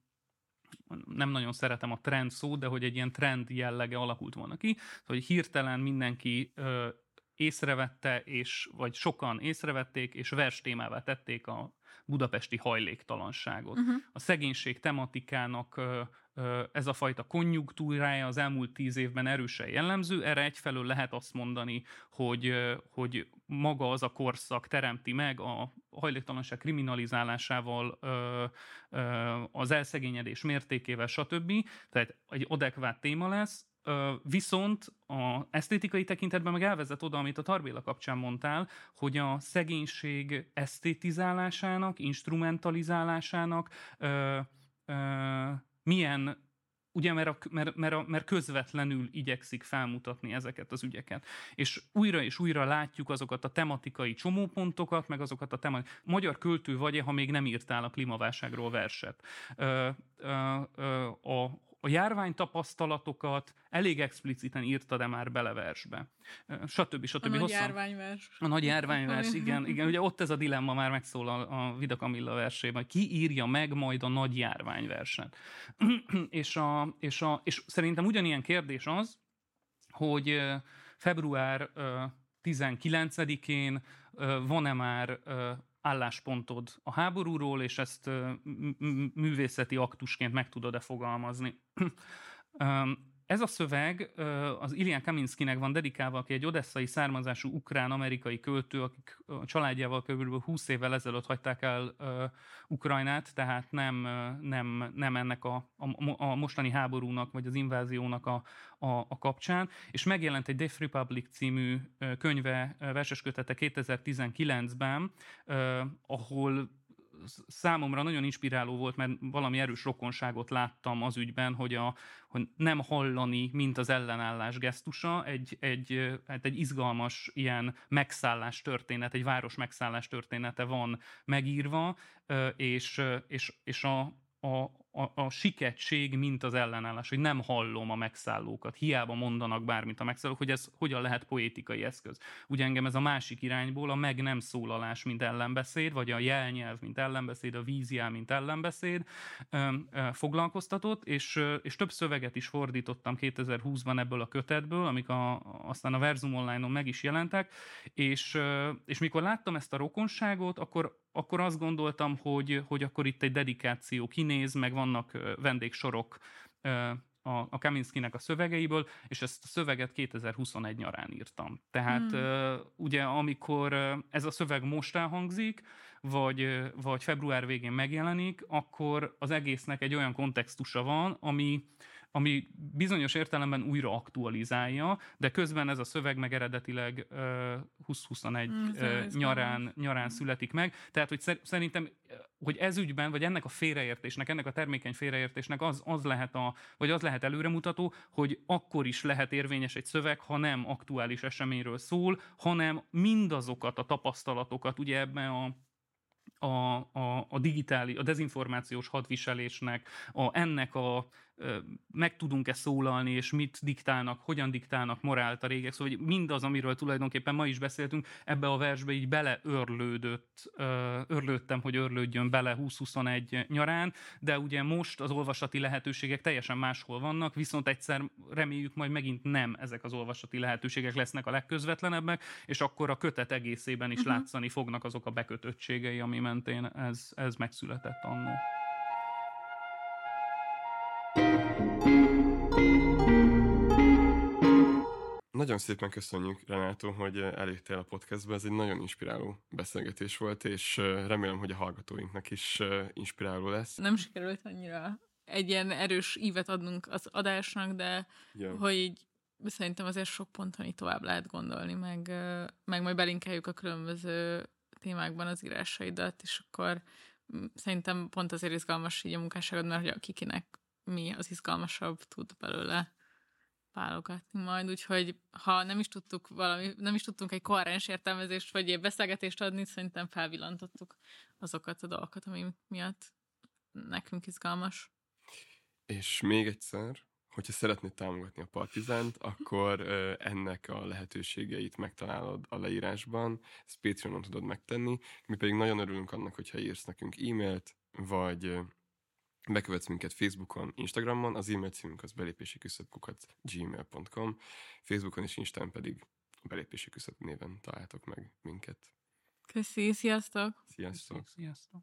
nem nagyon szeretem a trend szót, de hogy egy ilyen trend jellege alakult volna ki, szóval, hogy hirtelen mindenki ö, észrevette, és, vagy sokan észrevették, és verstémává tették a budapesti hajléktalanságot. Uh-huh. A szegénység tematikának ö, ö, ez a fajta konjunktúrája az elmúlt tíz évben erősen jellemző. Erre egyfelől lehet azt mondani, hogy, ö, hogy maga az a korszak teremti meg a hajléktalanság kriminalizálásával, ö, ö, az elszegényedés mértékével, stb. Tehát egy adekvát téma lesz. Viszont a esztétikai tekintetben meg elvezet oda, amit a Tarbéla kapcsán mondtál, hogy a szegénység esztétizálásának, instrumentalizálásának ö, ö, milyen, ugye mert, a, mert, mert, a, mert közvetlenül igyekszik felmutatni ezeket az ügyeket. És újra és újra látjuk azokat a tematikai csomópontokat, meg azokat a tematikai... Magyar költő vagy-e, ha még nem írtál a klímaválságról verset. Ö, ö, ö, a A járványtapasztalatokat elég expliciten írtad e már bele versbe. Stb. Stb. A nagy Hosszan. járványvers. A nagy járványvers, igen, igen. Ugye ott ez a dilemma már megszólal a Vida Kamilla versében, hogy ki írja meg majd a nagy járványverset. és, a, és, a, és szerintem ugyanilyen kérdés az, hogy február tizenkilencedikén van-e már álláspontod a háborúról, és ezt művészeti aktusként meg tudod-e fogalmazni. Ez a szöveg az Ilya Kaminskinek van dedikálva, aki egy odesszai származású ukrán-amerikai költő, akik a családjával kb. húsz évvel ezelőtt hagyták el Ukrajnát, tehát nem, nem, nem ennek a, a, a mostani háborúnak, vagy az inváziónak a, a, a kapcsán, és megjelent egy Deaf Republic című könyve, verseskötete kétezer-tizenkilencben, ahol számomra nagyon inspiráló volt, mert valami erős rokonságot láttam az ügyben, hogy, a, hogy nem hallani, mint az ellenállás gesztusa, egy, egy, egy izgalmas ilyen megszállás történet, egy város megszállás története van megírva, és, és, és a, a, a, a sikettség, mint az ellenállás, hogy nem hallom a megszállókat, hiába mondanak bármit a megszállók, hogy ez hogyan lehet poétikai eszköz. Ugye engem ez a másik irányból a meg nem szólalás, mint ellenbeszéd, vagy a jelnyelv, mint ellenbeszéd, a vízjel, mint ellenbeszéd ö, ö, foglalkoztatott, és, ö, és több szöveget is fordítottam kétezer-húszban ebből a kötetből, amik a, aztán a Verzum Online-on meg is jelentek, és, ö, és mikor láttam ezt a rokonságot, akkor akkor azt gondoltam, hogy, hogy akkor itt egy dedikáció kinéz, meg vannak vendégsorok a, a Kaminskinek a szövegeiből, és ezt a szöveget kétezer-huszonegy nyarán írtam. Tehát hmm. ugye amikor ez a szöveg most elhangzik, vagy, vagy február végén megjelenik, akkor az egésznek egy olyan kontextusa van, ami ami bizonyos értelemben újra aktualizálja, de közben ez a szöveg meg eredetileg uh, húsz-huszonegy mm, uh, nyarán, nyarán születik meg. Tehát, hogy szerintem, hogy ez ügyben, vagy ennek a félreértésnek, ennek a termékeny félreértésnek az, az lehet a, vagy az lehet előremutató, hogy akkor is lehet érvényes egy szöveg, ha nem aktuális eseményről szól, hanem mindazokat a tapasztalatokat, ugye ebben a A, a, a digitális, a dezinformációs hadviselésnek, a, ennek a meg tudunk-e szólalni, és mit diktálnak, hogyan diktálnak morált a régek. Szóval mindaz, amiről tulajdonképpen ma is beszéltünk, ebbe a versbe így beleörlődött, örlődtem, hogy örlődjön bele húsz-huszonegy nyarán, de ugye most az olvasati lehetőségek teljesen máshol vannak, viszont egyszer reméljük majd megint nem ezek az olvasati lehetőségek lesznek a legközvetlenebbek, és akkor a kötet egészében is uh-huh. látszani fognak azok a bekötöttségei, ami mentén ez, ez megszületett annó. Nagyon szépen köszönjük, Renátó, hogy eljöttél a podcastbe. Ez egy nagyon inspiráló beszélgetés volt, és remélem, hogy a hallgatóinknak is inspiráló lesz. Nem sikerült annyira egy ilyen erős ívet adnunk az adásnak, de ja. hogy így szerintem azért sok ponton így tovább lehet gondolni, meg, meg majd belinkeljük a különböző témákban az írásaidat, és akkor szerintem pont azért izgalmas így a munkásságod, mert hogy akikinek mi az izgalmasabb, tud belőle válogatni majd, úgyhogy ha nem is tudtuk valami, nem is tudtunk egy koherens értelmezést vagy egy beszélgetést adni, szerintem felvillantottuk azokat a dolgokat, ami miatt nekünk izgalmas. És még egyszer, hogyha szeretnéd támogatni a Partizánt, akkor uh, ennek a lehetőségeit megtalálod a leírásban, ezt Patreonon tudod megtenni, mi pedig nagyon örülünk annak, hogyha írsz nekünk e-mailt, vagy uh, bekövetsz minket Facebookon, Instagramon, az e-mail címünk az belépési küszöb kukac gmail pont com, Facebookon és Instán pedig belépési küszöb néven találtok meg minket. Köszi, sziasztok! Sziasztok! Sziasztok!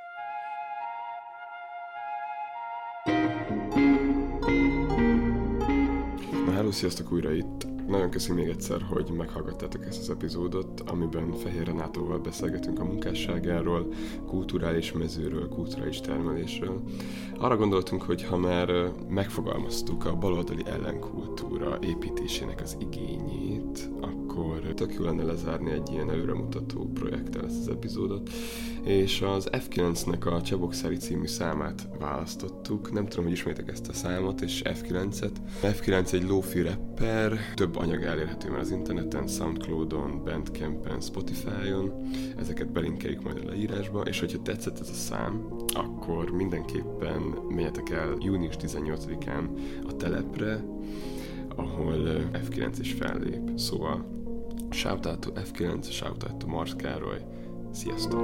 Na, hello, sziasztok újra itt! Nagyon köszönöm még egyszer, hogy meghallgattátok ezt az epizódot, amiben Fehér Renátóval beszélgetünk a munkásságáról, kulturális mezőről, kulturális termelésről. Arra gondoltunk, hogy ha már megfogalmaztuk a baloldali ellenkultúra építésének az igényét, akkor tök jó lenne lezárni egy ilyen előremutató projekttel ezt az epizódot, és az ef kilencnek a Csebokszári című számát választottuk. Nem tudom, hogy ismertek ezt a számot, és ef kilencet. ef kilenc egy lo-fi rapper, több anyag elérhető már az interneten, Soundcloudon, Bandcampen, Spotify-on. Ezeket belinkeljük majd a leírásba, és hogyha tetszett ez a szám, akkor mindenképpen menjetek el június tizennyolcadikán a Telepre, ahol ef kilenc is fellép. Szóval shoutout to ef kilenc, shoutout to Marsz Károly. Sziasztok!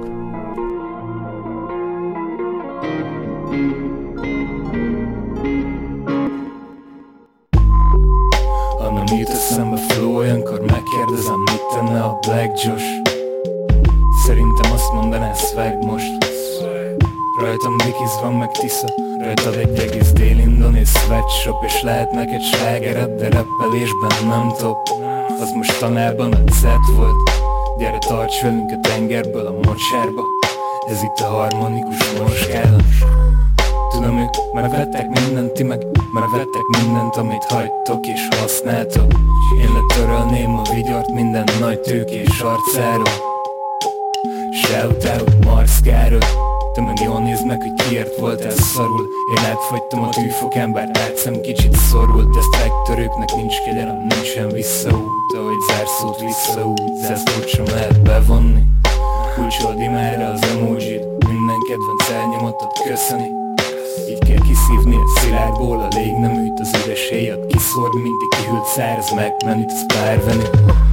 Ha nem jut eszembe flow, olyankor megkérdezem, mit tenne a Black Josh. Szerintem azt mondaná swag most. Rajtam Dickies van meg Tisza, rajtad egy egész dél-indonész sweatshop, és lehet neked slágered, de rappelésben nem top. Az most tanárban a cet volt. Gyere, tarts velünk a tengerből a mocsárba. Ez itt a harmonikus morskáda. Tudom, ők már vettek mindent, ti meg már vettek mindent, amit hagytok és használtok. Én letörölném a vigyort minden nagy tőkés arcáról. Shoutout Marsz Károly. Te meg jól nézd meg, hogy kiért voltál szarul. Én átfagytam a tűfokán, bár átszem kicsit szorult. De sztrájktörőknek nincs kegyelem, nincsen visszaút. Ahogy zárszót visszaút, zászlót sem lehet bevonni. Kulcsold imára az emojit, minden kedvenc elnyomottad köszöni. Így kell kiszívni a szilárdból a légneműt, az üres héjat kiszórni, mint egy kihűlt száraz megmenüt, az párvenű.